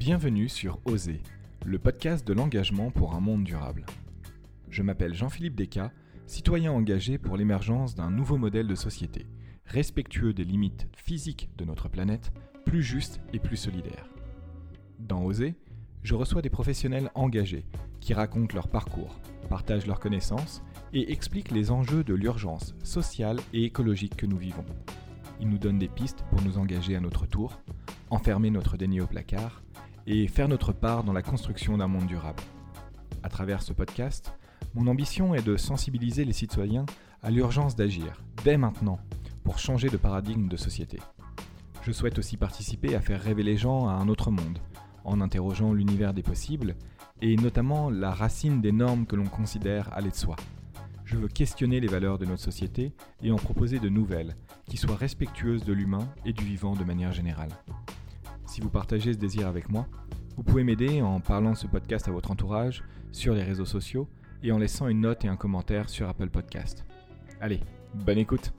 Bienvenue sur Oser, le podcast de l'engagement pour un monde durable. Je m'appelle Jean-Philippe Descas, citoyen engagé pour l'émergence d'un nouveau modèle de société, respectueux des limites physiques de notre planète, plus juste et plus solidaire. Dans Oser, je reçois des professionnels engagés qui racontent leur parcours, partagent leurs connaissances et expliquent les enjeux de l'urgence sociale et écologique que nous vivons. Ils nous donnent des pistes pour nous engager à notre tour, enfermer notre déni au placard et faire notre part dans la construction d'un monde durable. À travers ce podcast, mon ambition est de sensibiliser les citoyens à l'urgence d'agir, dès maintenant, pour changer de paradigme de société. Je souhaite aussi participer à faire rêver les gens à un autre monde, en interrogeant l'univers des possibles, et notamment la racine des normes que l'on considère aller de soi. Je veux questionner les valeurs de notre société et en proposer de nouvelles, qui soient respectueuses de l'humain et du vivant de manière générale. Si vous partagez ce désir avec moi, vous pouvez m'aider en parlant de ce podcast à votre entourage, sur les réseaux sociaux et en laissant une note et un commentaire sur Apple Podcast. Allez, bonne écoute.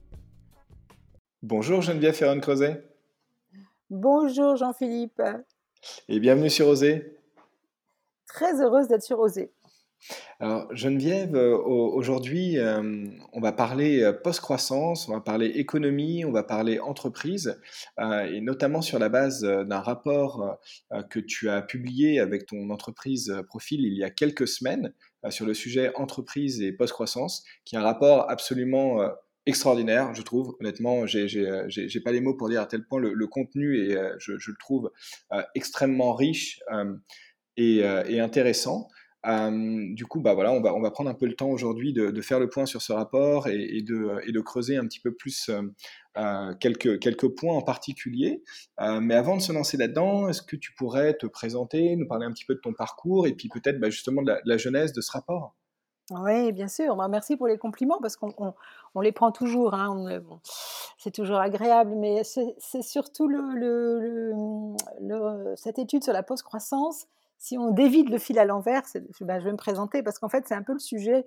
Bonjour Geneviève Ferron-Creuset. Bonjour Jean-Philippe. Et bienvenue sur Oser. Très heureuse d'être sur Oser. Alors Geneviève, aujourd'hui, on va parler post-croissance, on va parler économie, on va parler entreprise, et notamment sur la base d'un rapport que tu as publié avec ton entreprise Profil il y a quelques semaines sur le sujet entreprise et post-croissance, qui est un rapport absolument extraordinaire, je trouve. Honnêtement, j'ai pas les mots pour dire à tel point le contenu est, je le trouve extrêmement riche et intéressant. Du coup, voilà, on va prendre un peu le temps aujourd'hui de faire le point sur ce rapport et de creuser un petit peu plus quelques points en particulier. Mais avant de se lancer là-dedans, est-ce que tu pourrais te présenter, nous parler un petit peu de ton parcours et puis peut-être justement de la genèse de ce rapport? Oui, bien sûr. Merci pour les compliments parce qu'on les prend toujours, hein. Bon, c'est toujours agréable, mais c'est surtout cette étude sur la post-croissance. Si on dévide le fil à l'envers, je vais me présenter parce qu'en fait, c'est un peu le sujet,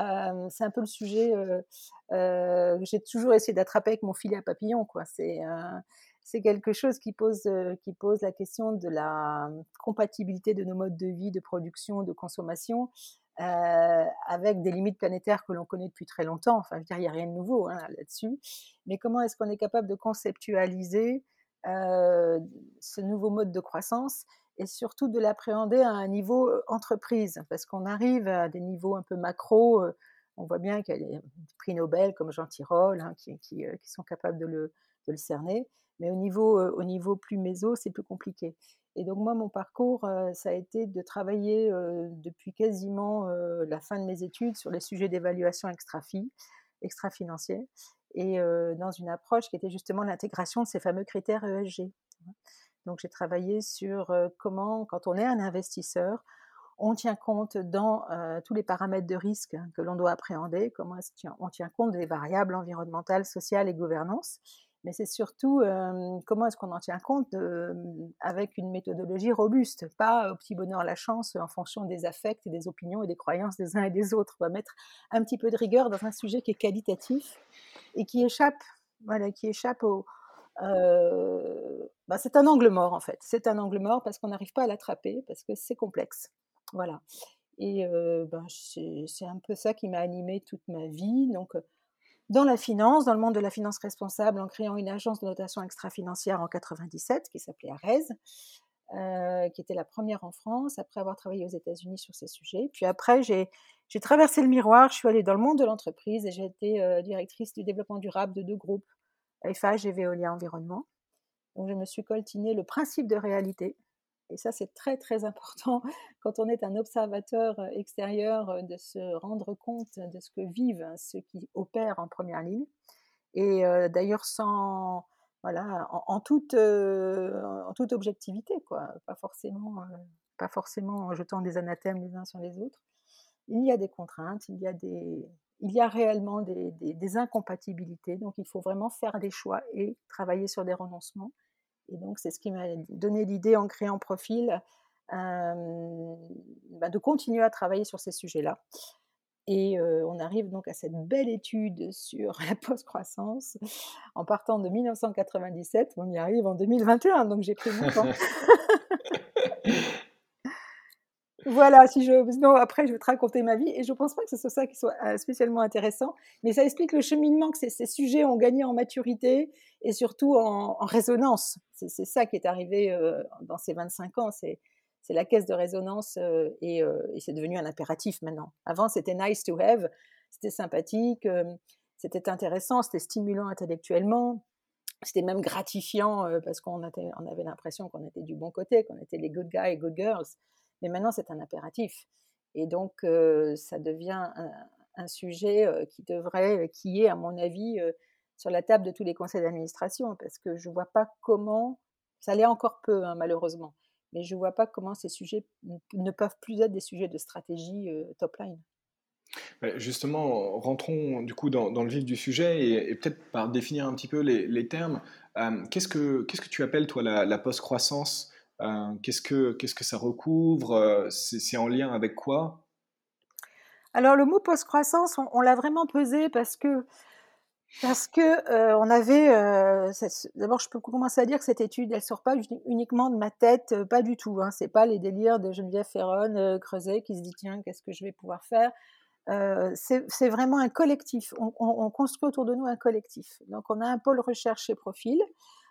que j'ai toujours essayé d'attraper avec mon filet à papillon, quoi. C'est quelque chose qui pose la question de la compatibilité de nos modes de vie, de production, de consommation, avec des limites planétaires que l'on connaît depuis très longtemps. Enfin, je veux dire, il n'y a rien de nouveau, hein, là-dessus. Mais comment est-ce qu'on est capable de conceptualiser ce nouveau mode de croissance et surtout de l'appréhender à un niveau entreprise? Parce qu'on arrive à des niveaux un peu macro. On voit bien qu'il y a des prix Nobel comme Jean Tirole, hein, qui sont capables de le cerner. Mais au niveau plus méso, c'est plus compliqué. Et donc moi, mon parcours, ça a été de travailler depuis quasiment la fin de mes études sur les sujets d'évaluation extra-financière, et dans une approche qui était justement l'intégration de ces fameux critères ESG. Donc j'ai travaillé sur comment, quand on est un investisseur, on tient compte dans tous les paramètres de risque que l'on doit appréhender, comment on tient compte des variables environnementales, sociales et gouvernance. Mais c'est surtout comment est-ce qu'on en tient compte avec une méthodologie robuste, pas au petit bonheur la chance en fonction des affects, des opinions et des croyances des uns et des autres. On va mettre un petit peu de rigueur dans un sujet qui est qualitatif et qui échappe au... c'est un angle mort en fait. C'est un angle mort parce qu'on n'arrive pas à l'attraper, parce que c'est complexe. Voilà. Et c'est un peu ça qui m'a animée toute ma vie. Donc, dans la finance, dans le monde de la finance responsable, en créant une agence de notation extra-financière en 97 qui s'appelait ARES, qui était la première en France, après avoir travaillé aux États-Unis sur ces sujets. Puis après, j'ai traversé le miroir, je suis allée dans le monde de l'entreprise et j'ai été directrice du développement durable de 2 groupes, Eiffage et Veolia Environnement. Donc, je me suis coltinée le principe de réalité. Et ça, c'est très, très important quand on est un observateur extérieur, de se rendre compte de ce que vivent ceux qui opèrent en première ligne. Et d'ailleurs, en toute objectivité, quoi. Pas forcément en jetant des anathèmes les uns sur les autres. Il y a des contraintes, il y a réellement des incompatibilités. Donc, il faut vraiment faire des choix et travailler sur des renoncements. Et donc, c'est ce qui m'a donné l'idée, en créant Profil, de continuer à travailler sur ces sujets-là. Et on arrive donc à cette belle étude sur la post-croissance en partant de 1997. On y arrive en 2021, donc j'ai pris mon temps. Voilà, si je sinon après je vais te raconter ma vie et je pense pas que ce soit ça qui soit, spécialement intéressant, mais ça explique le cheminement que ces sujets ont gagné en maturité et surtout en résonance. C'est ça qui est arrivé, dans ces 25 ans, c'est la caisse de résonance, et c'est devenu un impératif maintenant. Avant, c'était nice to have, c'était sympathique, c'était intéressant, c'était stimulant intellectuellement, c'était même gratifiant, parce on avait l'impression qu'on était du bon côté, qu'on était les good guys et good girls. Mais maintenant, c'est un impératif. Et donc, ça devient un sujet qui est, à mon avis, sur la table de tous les conseils d'administration, parce que je ne vois pas comment, ça l'est encore peu, hein, malheureusement, mais je ne vois pas comment ces sujets ne peuvent plus être des sujets de stratégie top line. Justement, rentrons du coup dans le vif du sujet et peut-être par définir un petit peu les termes. Qu'est-ce que tu appelles toi la post-croissance? Qu'est-ce que ça recouvre? C'est en lien avec quoi? Alors, le mot post-croissance, on l'a vraiment pesé parce que, on avait, d'abord, je peux commencer à dire que cette étude, elle sort pas uniquement de ma tête, pas du tout, hein. C'est pas les délires de Geneviève Ferron, Creuset, qui se dit: «Tiens, qu'est-ce que je vais pouvoir faire?» C'est vraiment un collectif. On construit autour de nous un collectif. Donc on a un pôle recherche chez Profil,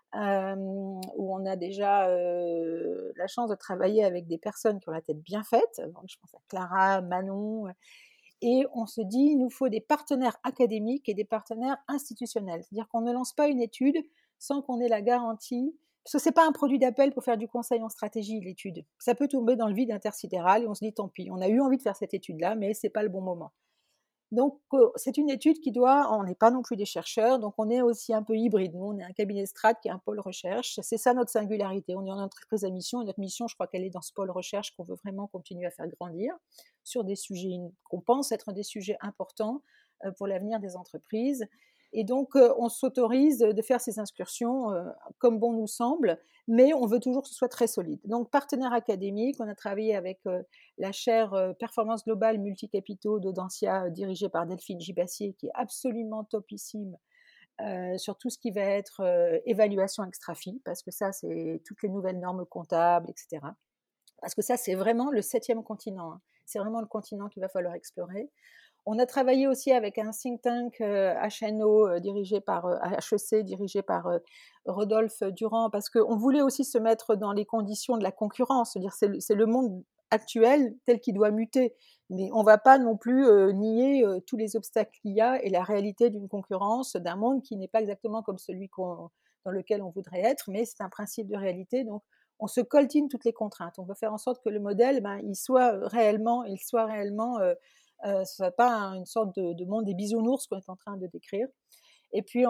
où on a déjà, la chance de travailler avec des personnes qui ont la tête bien faite. Donc je pense à Clara, Manon, et on se dit: «Il nous faut des partenaires académiques et des partenaires institutionnels». C'est-à-dire qu'on ne lance pas une étude sans qu'on ait la garantie, parce que c'est pas un produit d'appel pour faire du conseil en stratégie, l'étude. Ça peut tomber dans le vide intersidéral et on se dit: «Tant pis, on a eu envie de faire cette étude-là, mais c'est pas le bon moment». Donc, c'est une étude on n'est pas non plus des chercheurs, donc on est aussi un peu hybride. Nous, on est un cabinet de strat qui est un pôle recherche. C'est ça notre singularité. On est en entreprise à mission et notre mission, je crois qu'elle est dans ce pôle recherche qu'on veut vraiment continuer à faire grandir sur des sujets qu'on pense être des sujets importants, pour l'avenir des entreprises. Et donc, on s'autorise de faire ces incursions, comme bon nous semble, mais on veut toujours que ce soit très solide. Donc partenaire académique, on a travaillé avec, la chaire performance globale multicapitaux d'Audencia, dirigée par Delphine Gibassier, qui est absolument topissime, sur tout ce qui va être évaluation extra-FI, parce que ça, c'est toutes les nouvelles normes comptables, etc. Parce que ça, c'est vraiment le septième continent, hein. C'est vraiment le continent qu'il va falloir explorer. On a travaillé aussi avec un think tank HNO, dirigé par HEC, dirigé par Rodolphe Durand, parce qu'on voulait aussi se mettre dans les conditions de la concurrence. C'est-à-dire, c'est le monde actuel tel qu'il doit muter. Mais on ne va pas non plus nier tous les obstacles qu'il y a et la réalité d'une concurrence, d'un monde qui n'est pas exactement comme celui dans lequel on voudrait être, mais c'est un principe de réalité. Donc, on se coltine toutes les contraintes. On veut faire en sorte que le modèle, il soit réellement ce soit pas une sorte de monde des bisounours qu'on est en train de décrire. Et puis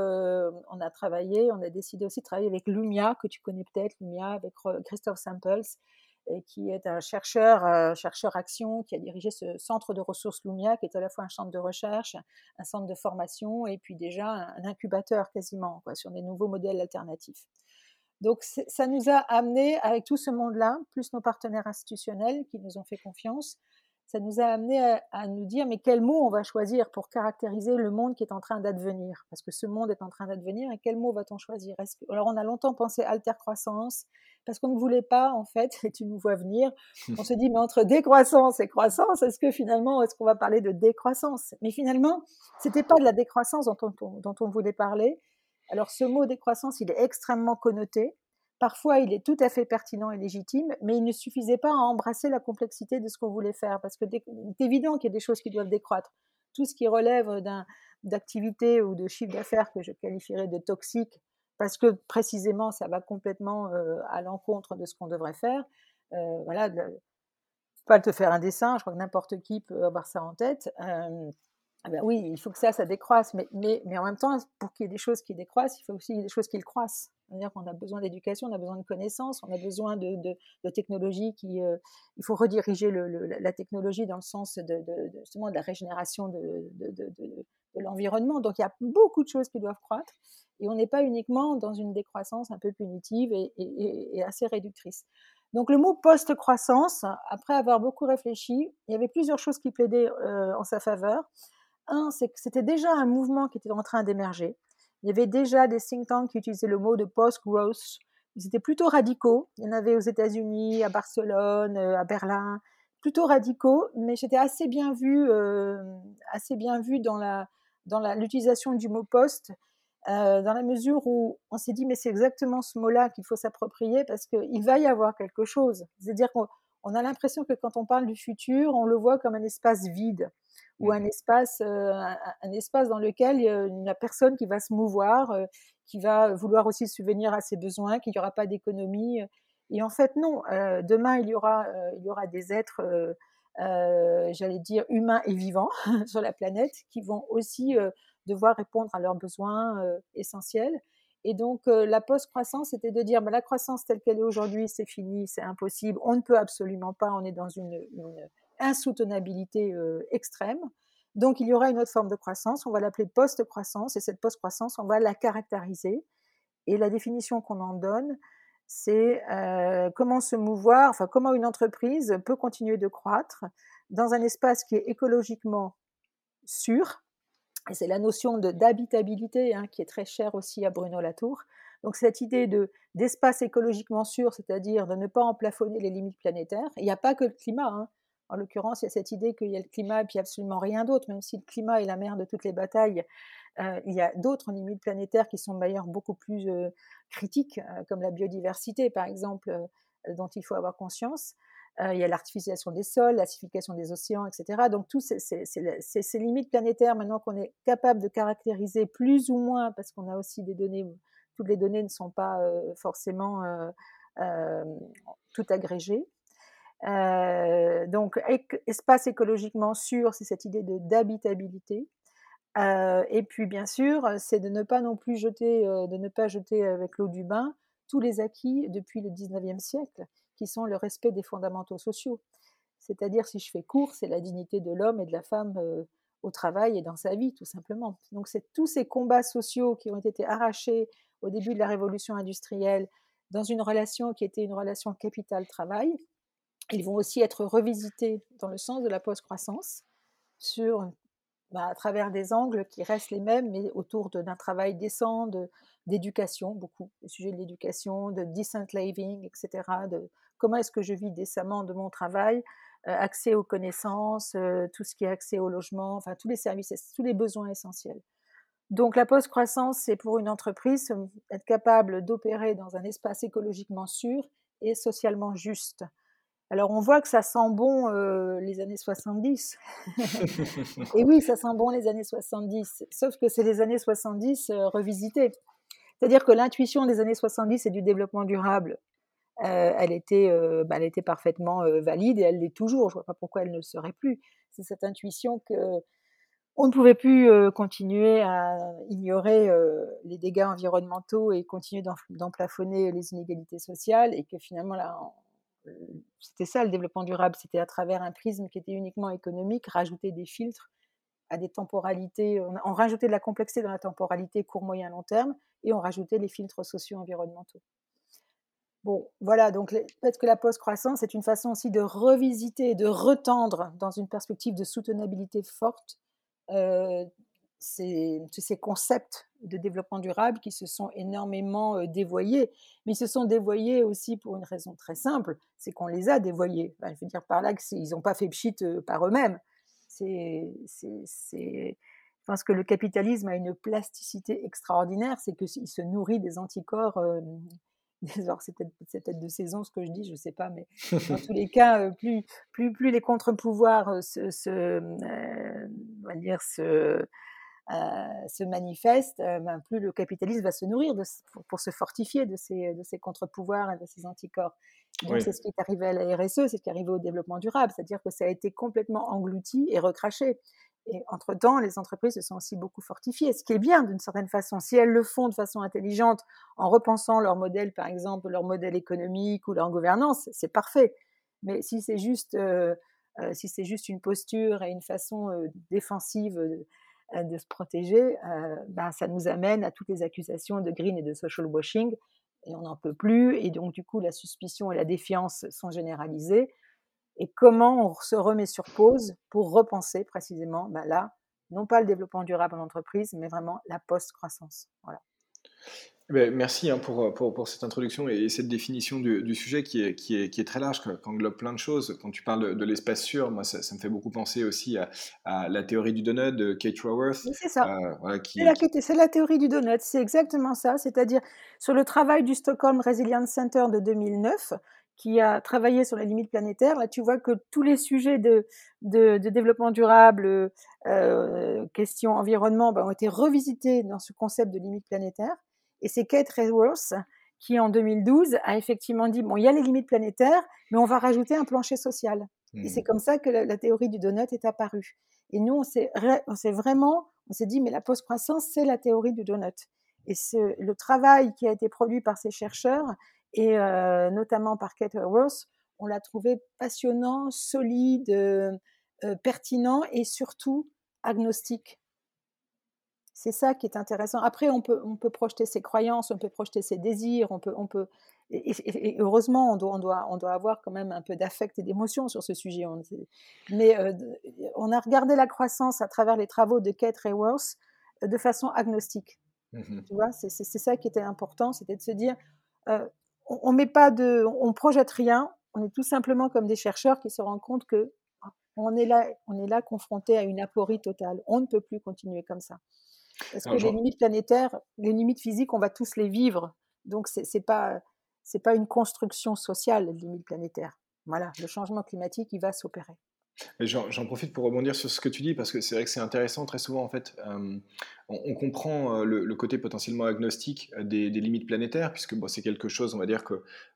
on a travaillé, on a décidé aussi de travailler avec Lumia, que tu connais peut-être, Lumia, avec Christophe Samples, et qui est un chercheur action, qui a dirigé ce centre de ressources Lumia, qui est à la fois un centre de recherche, un centre de formation, et puis déjà un incubateur quasiment, quoi, sur des nouveaux modèles alternatifs. Donc ça nous a amené, avec tout ce monde-là, plus nos partenaires institutionnels qui nous ont fait confiance, ça nous a amené à nous dire, mais quel mot on va choisir pour caractériser le monde qui est en train d'advenir? Parce que ce monde est en train d'advenir, et quel mot va-t-on choisir? Alors on a longtemps pensé alter-croissance, parce qu'on ne voulait pas, en fait, et tu nous vois venir, on se dit, mais entre décroissance et croissance, est-ce qu'on va parler de décroissance? Mais finalement, c'était pas de la décroissance dont on voulait parler. Alors ce mot décroissance, il est extrêmement connoté. Parfois, il est tout à fait pertinent et légitime, mais il ne suffisait pas à embrasser la complexité de ce qu'on voulait faire, parce que c'est évident qu'il y a des choses qui doivent décroître. Tout ce qui relève d'activité ou de chiffre d'affaires que je qualifierais de toxique, parce que précisément, ça va complètement à l'encontre de ce qu'on devrait faire. Voilà, pas te faire un dessin, je crois que n'importe qui peut avoir ça en tête. Ah ben oui, il faut que ça décroisse, mais en même temps, pour qu'il y ait des choses qui décroissent, il faut aussi des choses qui le croissent. C'est-à-dire qu'on a besoin d'éducation, on a besoin de connaissances, on a besoin de technologies il faut rediriger la technologie dans le sens justement de la régénération de l'environnement. Donc il y a beaucoup de choses qui doivent croître, et on n'est pas uniquement dans une décroissance un peu punitive et assez réductrice. Donc le mot post-croissance, après avoir beaucoup réfléchi, il y avait plusieurs choses qui plaidaient en sa faveur. Un, c'est que c'était déjà un mouvement qui était en train d'émerger. Il y avait déjà des think tanks qui utilisaient le mot de post-growth, Ils étaient plutôt radicaux. Il y en avait aux États-Unis, à Barcelone, à Berlin, plutôt radicaux, mais j'étais assez bien vue dans l'utilisation du mot poste, dans la mesure où on s'est dit, mais c'est exactement ce mot-là qu'il faut s'approprier parce qu'il va y avoir quelque chose. C'est-à-dire qu'on a l'impression que quand on parle du futur, on le voit comme un espace vide ou un espace dans lequel il n'y a personne qui va se mouvoir, qui va vouloir aussi subvenir à ses besoins, qu'il n'y aura pas d'économie. Et en fait, non. Demain, il y aura des êtres, j'allais dire, humains et vivants sur la planète qui vont aussi devoir répondre à leurs besoins essentiels. Et donc, la post-croissance, c'était de dire, la croissance telle qu'elle est aujourd'hui, c'est fini, c'est impossible, on ne peut absolument pas, on est dans une insoutenabilité extrême. Donc, il y aura une autre forme de croissance, on va l'appeler post-croissance, et cette post-croissance, on va la caractériser. Et la définition qu'on en donne, c'est comment se mouvoir, enfin comment une entreprise peut continuer de croître dans un espace qui est écologiquement sûr. Et c'est la notion d'habitabilité qui est très chère aussi à Bruno Latour. Donc cette idée d'espace écologiquement sûr, c'est-à-dire de ne pas emplafonner les limites planétaires. Il n'y a pas que le climat. En l'occurrence, il y a cette idée qu'il y a le climat et puis absolument rien d'autre, même si le climat est la mère de toutes les batailles. Il y a d'autres limites planétaires qui sont d'ailleurs beaucoup plus critiques, comme la biodiversité, par exemple, dont il faut avoir conscience. Il y a l'artificialisation des sols, l'acidification des océans, etc. Donc, toutes ces limites planétaires, maintenant qu'on est capable de caractériser plus ou moins, parce qu'on a aussi des données, toutes les données ne sont pas forcément toutes agrégées. Donc, espace écologiquement sûr, c'est cette idée d'habitabilité. Et puis, bien sûr, c'est de ne pas non plus jeter avec l'eau du bain tous les acquis depuis le 19e siècle, qui sont le respect des fondamentaux sociaux. C'est-à-dire, si je fais court, c'est la dignité de l'homme et de la femme au travail et dans sa vie, tout simplement. Donc, c'est tous ces combats sociaux qui ont été arrachés au début de la révolution industrielle dans une relation qui était une relation capital-travail. Ils vont aussi être revisités dans le sens de la post-croissance à travers des angles qui restent les mêmes, mais autour d'un travail décent, d'éducation, beaucoup, le sujet de l'éducation, de decent living, etc., de comment est-ce que je vis décemment de mon travail, accès aux connaissances, tout ce qui est accès au logement, enfin tous les services, tous les besoins essentiels. Donc la post-croissance, c'est pour une entreprise être capable d'opérer dans un espace écologiquement sûr et socialement juste. Alors on voit que ça sent bon les années 70. Et oui, ça sent bon les années 70, sauf que c'est les années 70 revisitées. C'est-à-dire que l'intuition des années 70 et du développement durable, elle était parfaitement valide et elle l'est toujours. Je ne vois pas pourquoi elle ne le serait plus. C'est cette intuition qu'on ne pouvait plus continuer à ignorer les dégâts environnementaux et continuer d'emplafonner les inégalités sociales, et que finalement, là, c'était ça le développement durable, c'était à travers un prisme qui était uniquement économique, rajouter des filtres à des temporalités, on rajoutait de la complexité dans la temporalité court, moyen, long terme, et on rajoutait les filtres socio-environnementaux. Bon, voilà, donc peut-être que la post-croissance est une façon aussi de revisiter, de retendre dans une perspective de soutenabilité forte ces concepts de développement durable qui se sont énormément dévoyés. Mais ils se sont dévoyés aussi pour une raison très simple, c'est qu'on les a dévoyés. Enfin, je veux dire par là qu'ils n'ont pas fait pchit par eux-mêmes. Je pense que le capitalisme a une plasticité extraordinaire, c'est qu'il se nourrit des anticorps. Alors c'est peut-être de saison ce que je dis, je ne sais pas, mais dans tous les cas, plus les contre-pouvoirs on va dire, se manifestent, plus le capitalisme va se nourrir pour se fortifier de ces contre-pouvoirs et de ces anticorps. Donc oui. C'est ce qui est arrivé à la RSE, c'est ce qui est arrivé au développement durable, c'est-à-dire que ça a été complètement englouti et recraché. Et entre-temps, les entreprises se sont aussi beaucoup fortifiées, ce qui est bien d'une certaine façon. Si elles le font de façon intelligente, en repensant leur modèle, par exemple, leur modèle économique ou leur gouvernance, c'est parfait. Mais si c'est juste une posture et une façon défensive de se protéger, ça nous amène à toutes les accusations de green et de social washing, et on n'en peut plus, et donc du coup la suspicion et la défiance sont généralisées. Et comment on se remet sur pause pour repenser précisément là, non pas le développement durable en entreprise, mais vraiment la post-croissance. Voilà. Ben, merci hein, pour cette introduction et cette définition du sujet qui est très large, qui englobe plein de choses. Quand tu parles de l'espace sûr, moi ça me fait beaucoup penser aussi à la théorie du donut de Kate Raworth, Oui, c'est ça. voilà, C'est la théorie du donut, c'est exactement ça. C'est-à-dire sur le travail du Stockholm Resilience Center de 2009, qui a travaillé sur les limites planétaires. Là, tu vois que tous les sujets de développement durable, questions environnement, ben, ont été revisités dans ce concept de limites planétaires. Et c'est Kate Raworth qui, en 2012, a effectivement dit, bon, il y a les limites planétaires, mais on va rajouter un plancher social. Et c'est qui... comme ça que la théorie du donut est apparue. Et nous, on s'est dit, mais la post-croissance, c'est la théorie du donut. Et le travail qui a été produit par ces chercheurs, et notamment par Kate Raworth, on l'a trouvé passionnant, solide, pertinent et surtout agnostique. C'est ça qui est intéressant. Après, on peut projeter ses croyances, on peut projeter ses désirs, et heureusement, on doit avoir quand même un peu d'affect et d'émotion sur ce sujet. Mais on a regardé la croissance à travers les travaux de Kate Raworth de façon agnostique. Mhm. Tu vois, c'est ça qui était important, c'était de se dire, on met pas on projette rien, on est tout simplement comme des chercheurs qui se rendent compte que on est là confronté à une aporie totale. On ne peut plus continuer comme ça. Parce que Alors, les limites planétaires, les limites physiques, on va tous les vivre. Donc, c'est pas une construction sociale, les limites planétaires. Voilà, le changement climatique, il va s'opérer. mais j'en profite pour rebondir sur ce que tu dis parce que c'est vrai que c'est intéressant. Très souvent, en fait, on comprend le côté potentiellement agnostique des limites planétaires, puisque bon, c'est quelque chose, on va dire,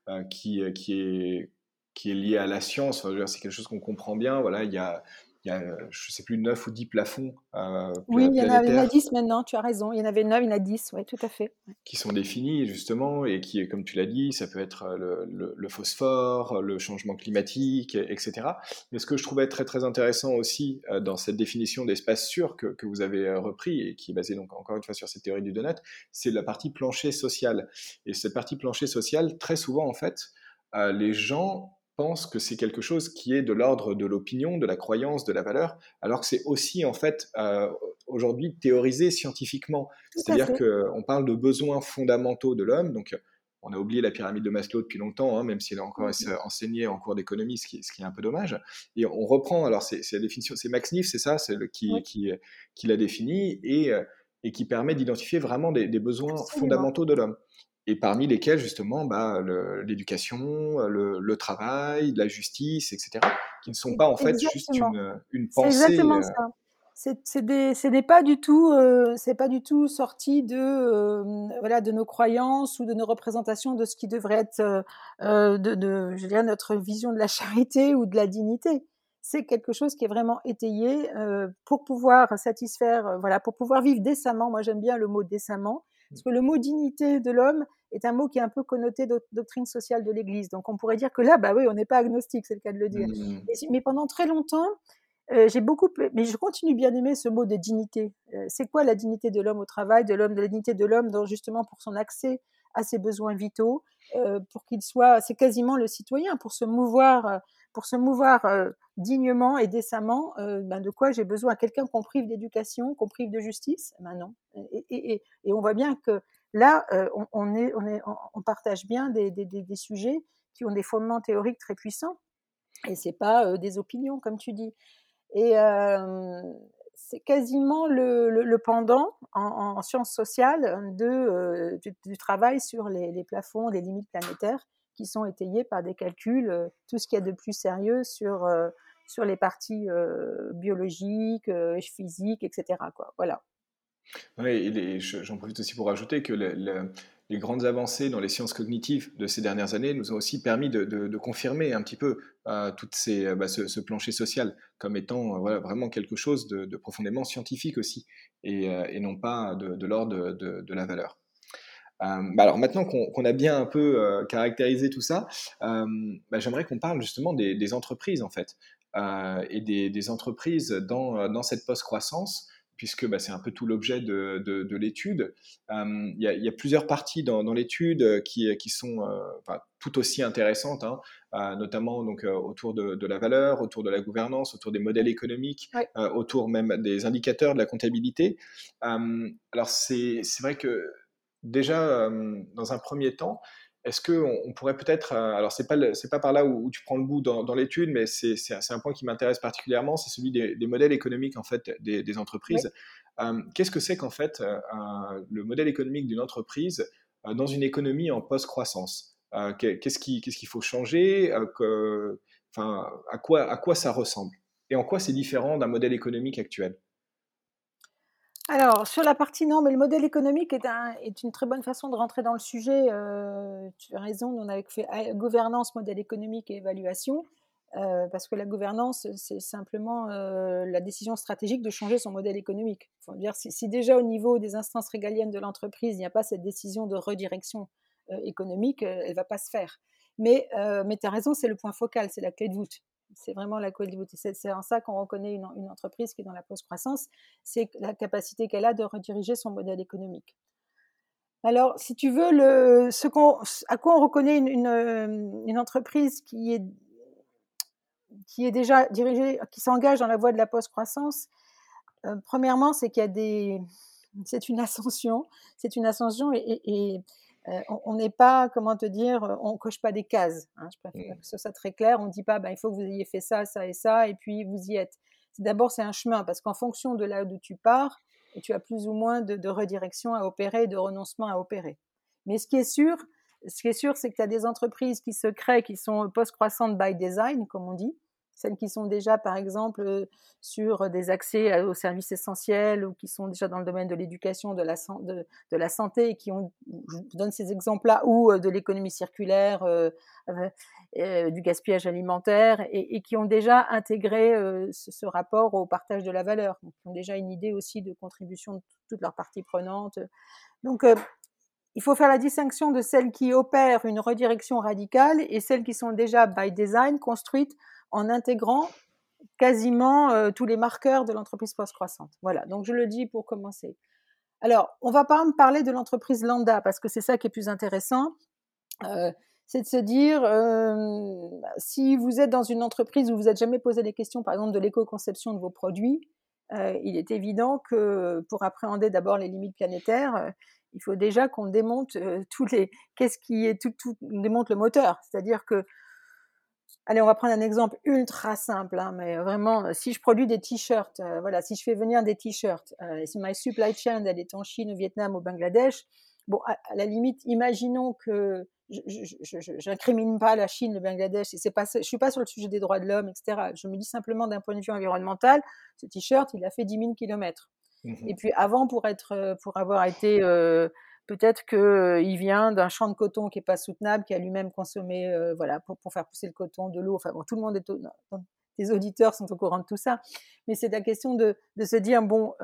qui est lié à la science. Enfin, je veux dire, c'est quelque chose qu'on comprend bien. Voilà, il y a je sais plus, 9 ou 10 plafonds Oui, il y en a planétaires 10 maintenant, tu as raison. Il y en avait 9, il y en a 10, oui, tout à fait. Ouais. qui sont définis justement et qui, comme tu l'as dit, ça peut être le phosphore, le changement climatique, etc. Mais ce que je trouvais très très intéressant aussi dans cette définition d'espace sûr que vous avez repris et qui est basée donc encore une fois sur cette théorie du donut, c'est la partie plancher social. Et cette partie plancher social, très souvent en fait, les gens pensent que c'est quelque chose qui est de l'ordre de l'opinion, de la croyance, de la valeur, alors que c'est aussi en fait aujourd'hui théorisé scientifiquement. Tout à C'est-à-dire fait. qu'on parle de besoins fondamentaux de l'homme. Donc, on a oublié la pyramide de Maslow depuis longtemps, hein, même s'il est encore Mhm. enseigné en cours d'économie, ce qui est un peu dommage. Et on reprend, alors c'est la définition, c'est Max Neef, c'est ça, c'est Oui, qui l'a défini et qui permet d'identifier vraiment des besoins absolument. fondamentaux de l'homme. Et parmi lesquels, justement, bah, l'éducation, le travail, la justice, etc., qui ne sont pas en fait juste Exactement. une C'est pensée. exactement ça. C'est pas du tout sorti voilà, de nos croyances ou de nos représentations de ce qui devrait être, je dirais, notre vision de la charité ou de la dignité. C'est quelque chose qui est vraiment étayé, pour pouvoir satisfaire, voilà, pour pouvoir vivre décemment. Moi, j'aime bien le mot décemment, parce que le mot dignité de l'homme est un mot qui est un peu connoté doctrine sociale de l'Église. Donc, on pourrait dire que là, bah oui, on n'est pas agnostique, c'est le cas de le dire. Mais pendant très longtemps, mais je continue bien d'aimer ce mot de dignité. C'est quoi la dignité de l'homme au travail, de la dignité de l'homme justement pour son accès à ses besoins vitaux, pour qu'il soit, c'est quasiment le citoyen pour se mouvoir dignement et décemment. Ben de quoi j'ai besoin? Quelqu'un qu'on prive d'éducation, qu'on prive de justice? Ben non. Et on voit bien que là, on partage bien des sujets qui ont des fondements théoriques très puissants. Et c'est pas des opinions, comme tu dis. Et c'est quasiment le pendant en sciences sociales du travail sur les plafonds, les limites planétaires, qui sont étayés par des calculs, tout ce qu'il y a de plus sérieux sur les parties biologiques, physiques, etc., quoi. Voilà. Oui, et j'en profite aussi pour rajouter que les grandes avancées dans les sciences cognitives de ces dernières années nous ont aussi permis de confirmer un petit peu ce plancher social comme étant voilà, vraiment quelque chose de profondément scientifique aussi, et non pas de l'ordre de la valeur. Alors maintenant qu'on a bien un peu caractérisé tout ça, j'aimerais qu'on parle justement des entreprises en fait, et des entreprises dans cette post-croissance, puisque c'est un peu tout l'objet de l'étude. Il y a plusieurs parties dans l'étude qui sont enfin, tout aussi intéressantes, hein, notamment donc, autour de la valeur, autour de la gouvernance, autour des modèles économiques, Ouais. autour même des indicateurs de la comptabilité. Alors c'est vrai que déjà, dans un premier temps, est-ce qu'on pourrait peut-être, alors c'est pas par là où tu prends le bout dans l'étude, mais c'est un point qui m'intéresse particulièrement, c'est celui des modèles économiques en fait des Oui. entreprises. Qu'est-ce que c'est qu'en fait le modèle économique d'une entreprise dans une économie en post-croissance? Qu'est-ce qu'il faut changer? Enfin, à quoi ça ressemble? Et en quoi c'est différent d'un modèle économique actuel? Alors, sur la partie non, mais le modèle économique est une très bonne façon de rentrer dans le sujet. Tu as raison, nous on avait fait gouvernance, modèle économique et évaluation, parce que la gouvernance, c'est simplement la décision stratégique de changer son modèle économique. Faut dire, si déjà au niveau des instances régaliennes de l'entreprise, il n'y a pas cette décision de redirection économique, elle ne va pas se faire. Mais tu as raison, c'est le point focal, c'est la clé de voûte. C'est vraiment la clé de voûte. C'est en ça qu'on reconnaît une entreprise qui est dans la post-croissance, c'est la capacité qu'elle a de rediriger son modèle économique. Alors, si tu veux, à quoi on reconnaît une entreprise qui est déjà dirigée, qui s'engage dans la voie de la post-croissance, premièrement, c'est qu'il y a c'est une ascension et on n'est pas, comment te dire, on coche pas des cases. Hein, je préfère que ce soit très clair. On ne dit pas, ben, il faut que vous ayez fait ça, ça et ça, et puis vous y êtes. D'abord, c'est un chemin, parce qu'en fonction de là d'où tu pars, tu as plus ou moins de redirection à opérer, de renoncement à opérer. Mais ce qui est sûr, c'est que tu as des entreprises qui se créent, qui sont post-croissantes by design, comme on dit, celles qui sont déjà, par exemple, sur des accès aux services essentiels ou qui sont déjà dans le domaine de l'éducation, de la santé et qui ont, je donne ces exemples-là, ou de l'économie circulaire, du gaspillage alimentaire et qui ont déjà intégré ce rapport au partage de la valeur, donc qui ont déjà une idée aussi de contribution de toutes leurs parties prenantes. Donc, il faut faire la distinction de celles qui opèrent une redirection radicale et celles qui sont déjà by design construites en intégrant quasiment tous les marqueurs de l'entreprise post-croissante. Voilà, donc je le dis pour commencer. Alors, on va pas me parler de l'entreprise lambda parce que c'est ça qui est plus intéressant. C'est de se dire, si vous êtes dans une entreprise où vous n'êtes jamais posé des questions, par exemple, de l'éco-conception de vos produits, il est évident que pour appréhender d'abord les limites planétaires, il faut déjà qu'on démonte on démonte le moteur. C'est-à-dire que, allez, on va prendre un exemple ultra simple, hein, mais vraiment, si je produis des t-shirts, voilà, si je fais venir des t-shirts, si my supply chain, elle est en Chine, au Vietnam, au Bangladesh, bon, à la limite, imaginons que je n'incrimine pas la Chine, le Bangladesh, et je suis pas sur le sujet des droits de l'homme, etc. Je me dis simplement d'un point de vue environnemental, ce t-shirt, il a fait 10 000 kilomètres. Et puis avant, pour avoir été, peut-être qu'il vient d'un champ de coton qui n'est pas soutenable, qui a lui-même consommé, voilà, pour faire pousser le coton, de l'eau. Enfin bon, tout le monde tes auditeurs sont au courant de tout ça. Mais c'est la question de se dire, bon,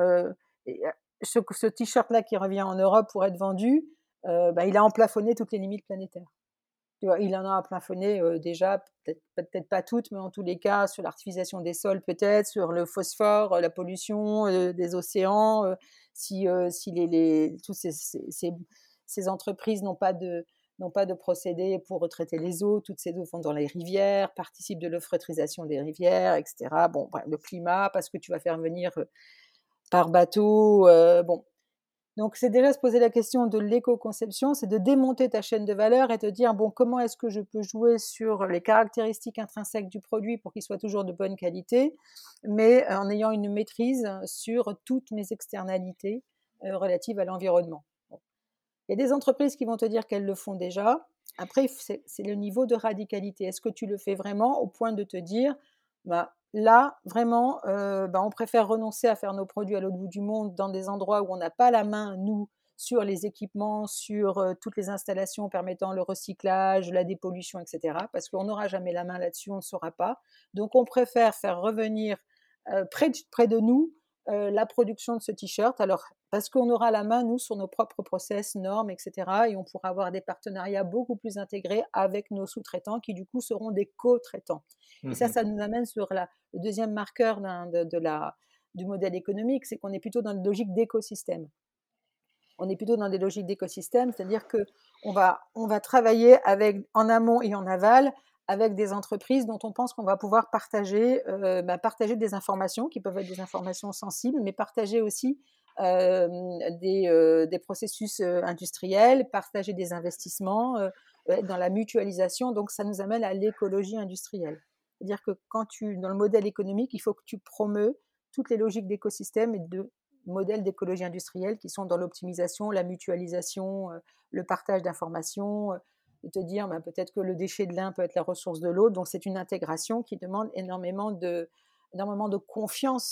ce t-shirt-là qui revient en Europe pour être vendu, bah, il a emplafonné toutes les limites planétaires. Tu vois, il en a plafonné déjà, peut-être pas toutes, mais en tous les cas, sur l'artificialisation des sols peut-être, sur le phosphore, la pollution des océans, si toutes ces entreprises n'ont pas de procédé pour retraiter les eaux, toutes ces eaux vont dans les rivières, participent de l'euphrotrisation des rivières, etc. Bon, bref, le climat, parce que tu vas faire venir par bateau, bon. Donc, c'est déjà se poser la question de l'éco-conception, c'est de démonter ta chaîne de valeur et te dire, bon, comment est-ce que je peux jouer sur les caractéristiques intrinsèques du produit pour qu'il soit toujours de bonne qualité, mais en ayant une maîtrise sur toutes mes externalités relatives à l'environnement. Bon. Il y a des entreprises qui vont te dire qu'elles le font déjà. Après, c'est le niveau de radicalité. Est-ce que tu le fais vraiment au point de te dire, bah, là, vraiment, bah, on préfère renoncer à faire nos produits à l'autre bout du monde dans des endroits où on n'a pas la main, nous, sur les équipements, sur toutes les installations permettant le recyclage, la dépollution, etc. Parce qu'on n'aura jamais la main là-dessus, on ne saura pas. Donc, on préfère faire revenir près de nous la production de ce t-shirt. Alors, parce qu'on aura la main, nous, sur nos propres process, normes, etc. Et on pourra avoir des partenariats beaucoup plus intégrés avec nos sous-traitants qui, du coup, seront des co-traitants. Et ça nous amène sur le deuxième marqueur du modèle économique, c'est qu'on est plutôt dans une logique d'écosystème. On est plutôt dans des logiques d'écosystème, c'est-à-dire qu'on va travailler en amont et en aval avec des entreprises dont on pense qu'on va pouvoir partager des informations qui peuvent être des informations sensibles, mais partager aussi des processus industriels, partager des investissements, être dans la mutualisation. Donc, ça nous amène à l'écologie industrielle. C'est-à-dire que dans le modèle économique, il faut que tu promeus toutes les logiques d'écosystème et de modèles d'écologie industrielle qui sont dans l'optimisation, la mutualisation, le partage d'informations, de te dire peut-être que le déchet de l'un peut être la ressource de l'autre. Donc, c'est une intégration qui demande énormément de confiance,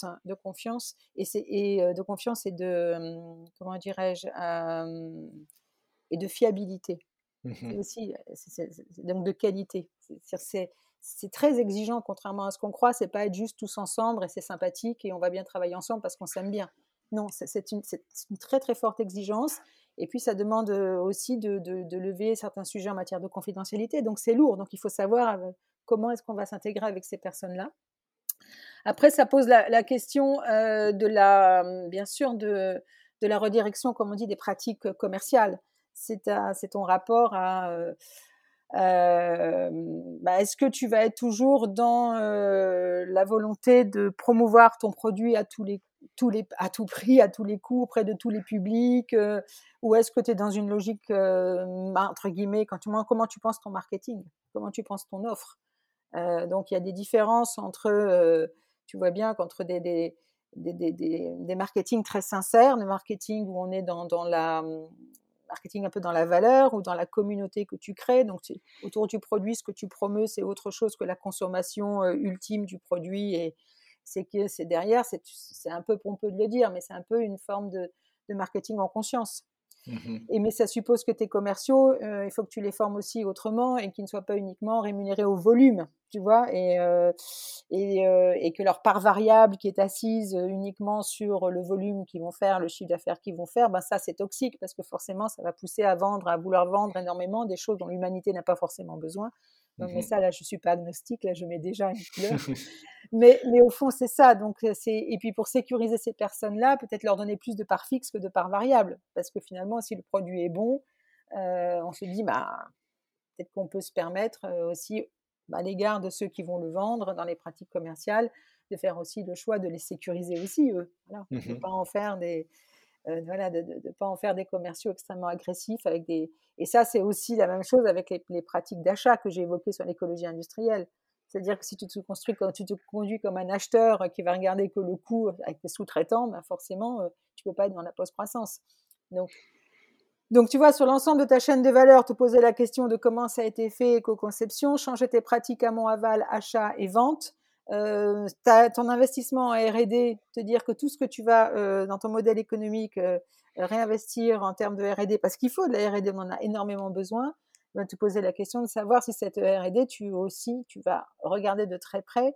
de confiance et de comment dirais-je, et de fiabilité. C'est Mhm. aussi donc de qualité. C'est très exigeant, contrairement à ce qu'on croit. C'est pas être juste tous ensemble et c'est sympathique et on va bien travailler ensemble parce qu'on s'aime bien. Non, c'est une très très forte exigence. Et puis ça demande aussi de lever certains sujets en matière de confidentialité. Donc c'est lourd. Donc il faut savoir comment est-ce qu'on va s'intégrer avec ces personnes-là. Après, ça pose la question bien sûr, de la redirection, comme on dit, des pratiques commerciales. C'est ton rapport à est-ce que tu vas être toujours dans la volonté de promouvoir ton produit à tout prix, à tous les coûts, auprès de tous les publics, ou est-ce que tu es dans une logique entre guillemets, comment tu penses ton marketing, comment tu penses ton offre. Donc il y a des différences entre, tu vois bien qu'entre des marketing très sincères, des marketing où on est dans la marketing un peu dans la valeur ou dans la communauté que tu crées. Donc autour du produit, ce que tu promeus, c'est autre chose que la consommation ultime du produit. Et c'est derrière, c'est un peu pompeux de le dire, mais c'est un peu une forme de marketing en conscience. Mhm. Mais ça suppose que tes commerciaux, il faut que tu les formes aussi autrement et qu'ils ne soient pas uniquement rémunérés au volume, tu vois, et que leur part variable qui est assise uniquement sur le volume qu'ils vont faire, le chiffre d'affaires qu'ils vont faire, ça c'est toxique parce que forcément ça va pousser à vouloir vendre énormément des choses dont l'humanité n'a pas forcément besoin. Mais Mhm. ça, là, je suis pas agnostique, là, je mets déjà une couleur. Mais au fond, c'est ça. Donc, et puis pour sécuriser ces personnes-là, peut-être leur donner plus de parts fixes que de parts variables. Parce que finalement, si le produit est bon, on se dit, peut-être qu'on peut se permettre aussi, à l'égard de ceux qui vont le vendre dans les pratiques commerciales, de faire aussi le choix de les sécuriser aussi, eux. Voilà. De ne Mhm. pas en faire pas en faire des commerciaux extrêmement agressifs et ça, c'est aussi la même chose avec les pratiques d'achat que j'ai évoquées sur l'écologie industrielle. C'est-à-dire que si quand tu te conduis comme un acheteur qui va regarder que le coût avec tes sous-traitants, forcément, tu peux pas être dans la post-croissance. Donc, tu vois, sur l'ensemble de ta chaîne de valeur, te poser la question de comment ça a été fait, éco-conception, changer tes pratiques amont-aval, achat et vente, ton investissement en R&D, te dire que tout ce que tu vas dans ton modèle économique réinvestir en termes de R&D, parce qu'il faut de la R&D, on en a énormément besoin, te poser la question de savoir si cette R&D, tu vas regarder de très près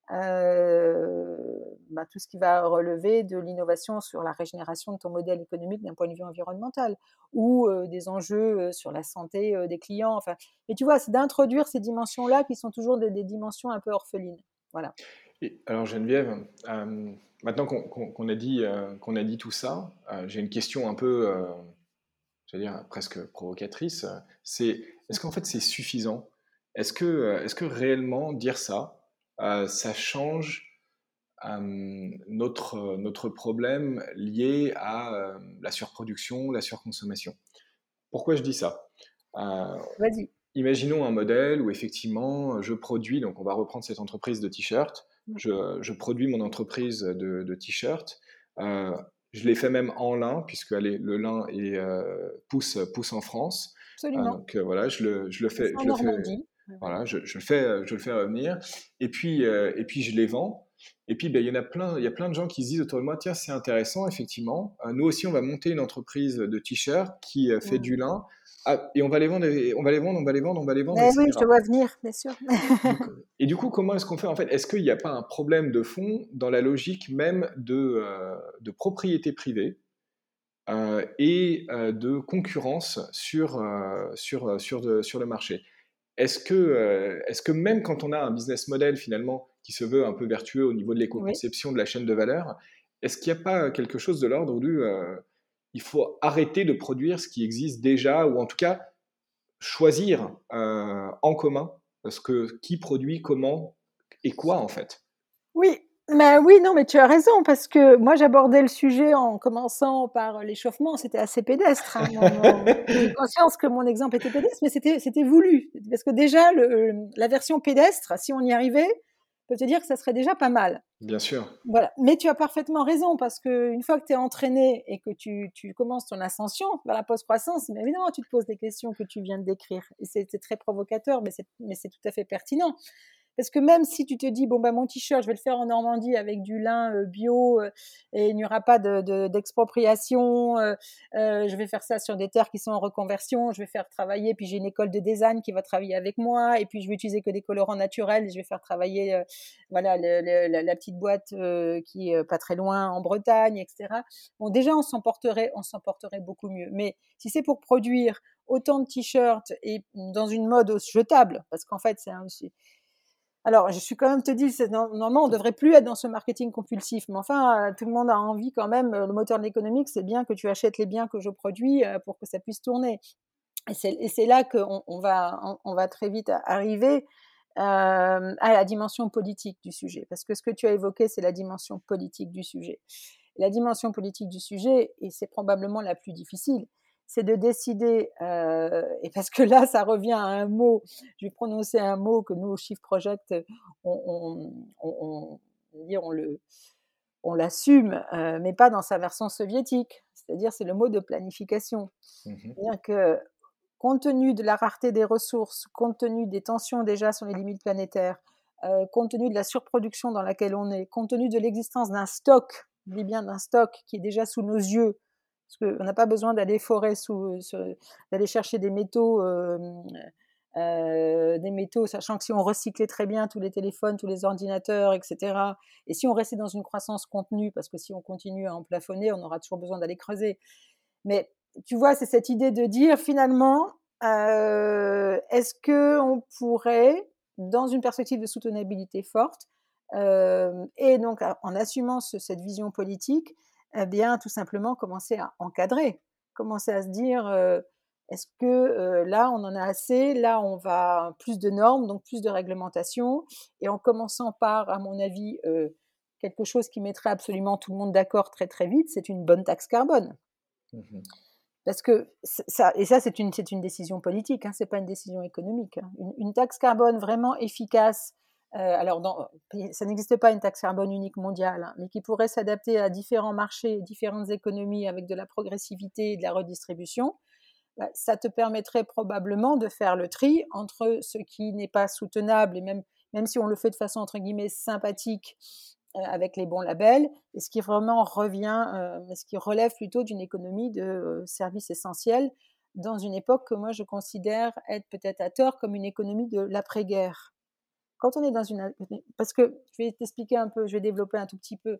tout ce qui va relever de l'innovation sur la régénération de ton modèle économique d'un point de vue environnemental ou des enjeux sur la santé des clients. Enfin, mais tu vois, c'est d'introduire ces dimensions-là qui sont toujours des dimensions un peu orphelines. Voilà. Et alors Geneviève, maintenant qu'on a dit tout ça, j'ai une question un peu, j'allais dire presque provocatrice. C'est, est-ce qu'en fait c'est suffisant? Est-ce que réellement dire ça, ça change notre problème lié à la surproduction, la surconsommation? Pourquoi je dis ça? Euh, Vas-y. Imaginons un modèle où effectivement je produis, donc on va reprendre cette entreprise de t-shirts, je produis mon entreprise de t-shirts, euh, je l'ai fait même en lin, puisque allez, le lin pousse en France. Absolument. Voilà, C'est ça en je le fais, Normandie. Voilà. voilà, je le fais revenir, et puis je les vends. Et puis, ben, il y a plein de gens qui se disent autour de moi, tiens, c'est intéressant, effectivement. Nous aussi, on va monter une entreprise de t-shirts qui fait Mm. du lin. Ah, et on va les vendre, on va les vendre, on va les vendre, on va les vendre, Mais oui, je te etc. vois venir, bien sûr. Et du coup, comment est-ce qu'on fait en fait? Est-ce qu'il n'y a pas un problème de fond dans la logique même de propriété privée et de concurrence sur le marché? Est-ce que même quand on a un business model finalement qui se veut un peu vertueux au niveau de Oui. l'éco-conception de la chaîne de valeur, est-ce qu'il n'y a pas quelque chose de l'ordre du il faut arrêter de produire ce qui existe déjà, ou en tout cas choisir en commun ce que qui produit, comment et quoi en fait? Oui, Mais oui, non, mais tu as raison, parce que moi j'abordais le sujet en commençant par l'échauffement, c'était assez pédestre, hein, j'ai conscience que mon exemple était pédestre, mais c'était voulu. Parce que déjà, la version pédestre, si on y arrivait, je peux te dire que ça serait déjà pas mal. Bien sûr. Voilà. Mais tu as parfaitement raison, parce qu'une fois que tu es entraîné et que tu commences ton ascension vers la post-croissance, mais évidemment, tu te poses des questions que tu viens de décrire. Et c'est très provocateur, mais c'est tout à fait pertinent. Parce que même si tu te dis, bon, bah, mon t-shirt, je vais le faire en Normandie avec du lin bio et il n'y aura pas d'expropriation, je vais faire ça sur des terres qui sont en reconversion, je vais faire travailler, puis j'ai une école de design qui va travailler avec moi, et puis je vais utiliser que des colorants naturels, et je vais faire travailler voilà, la petite boîte qui est pas très loin en Bretagne, etc. Bon, déjà, on s'en porterait beaucoup mieux. Mais si c'est pour produire autant de t-shirts et dans une mode jetable, parce qu'en fait, c'est aussi... Alors, je suis quand même te dire, normalement, on ne devrait plus être dans ce marketing compulsif. Mais enfin, tout le monde a envie quand même. Le moteur de l'économique, c'est bien que tu achètes les biens que je produis pour que ça puisse tourner. Et c'est là qu'on va très vite arriver à la dimension politique du sujet. Parce que ce que tu as évoqué, c'est la dimension politique du sujet. La dimension politique du sujet, et c'est probablement la plus difficile, c'est de décider, et parce que là, ça revient à un mot, je vais prononcer un mot que nous, au Shift Project, on l'assume, mais pas dans sa version soviétique. C'est-à-dire, c'est le mot de planification. Mhm. C'est-à-dire que, compte tenu de la rareté des ressources, compte tenu des tensions déjà sur les limites planétaires, compte tenu de la surproduction dans laquelle on est, compte tenu de l'existence d'un stock, je dis bien d'un stock qui est déjà sous nos yeux, parce qu'on n'a pas besoin d'aller forer d'aller chercher des métaux, sachant que si on recyclait très bien tous les téléphones, tous les ordinateurs, etc., et si on restait dans une croissance contenue, parce que si on continue à en plafonner, on aura toujours besoin d'aller creuser. Mais tu vois, c'est cette idée de dire finalement, est-ce qu'on pourrait, dans une perspective de soutenabilité forte, et donc en assumant cette vision politique, eh bien tout simplement commencer à encadrer, commencer à se dire, est-ce que là on en a assez, là on va plus de normes, donc plus de réglementation, et en commençant par, à mon avis, quelque chose qui mettrait absolument tout le monde d'accord très très vite, c'est une bonne taxe carbone. Mhm. Parce que ça, et ça c'est une décision politique, hein, c'est pas une décision économique. Hein. Une taxe carbone vraiment efficace, alors ça n'existe pas une taxe carbone unique mondiale, hein, mais qui pourrait s'adapter à différents marchés, différentes économies avec de la progressivité et de la redistribution, bah, ça te permettrait probablement de faire le tri entre ce qui n'est pas soutenable, et même si on le fait de façon entre guillemets sympathique, avec les bons labels, et ce qui vraiment ce qui relève plutôt d'une économie de services essentiels, dans une époque que moi je considère être peut-être à tort comme une économie de l'après-guerre. Quand on est dans parce que je vais t'expliquer un peu, je vais développer un tout petit peu.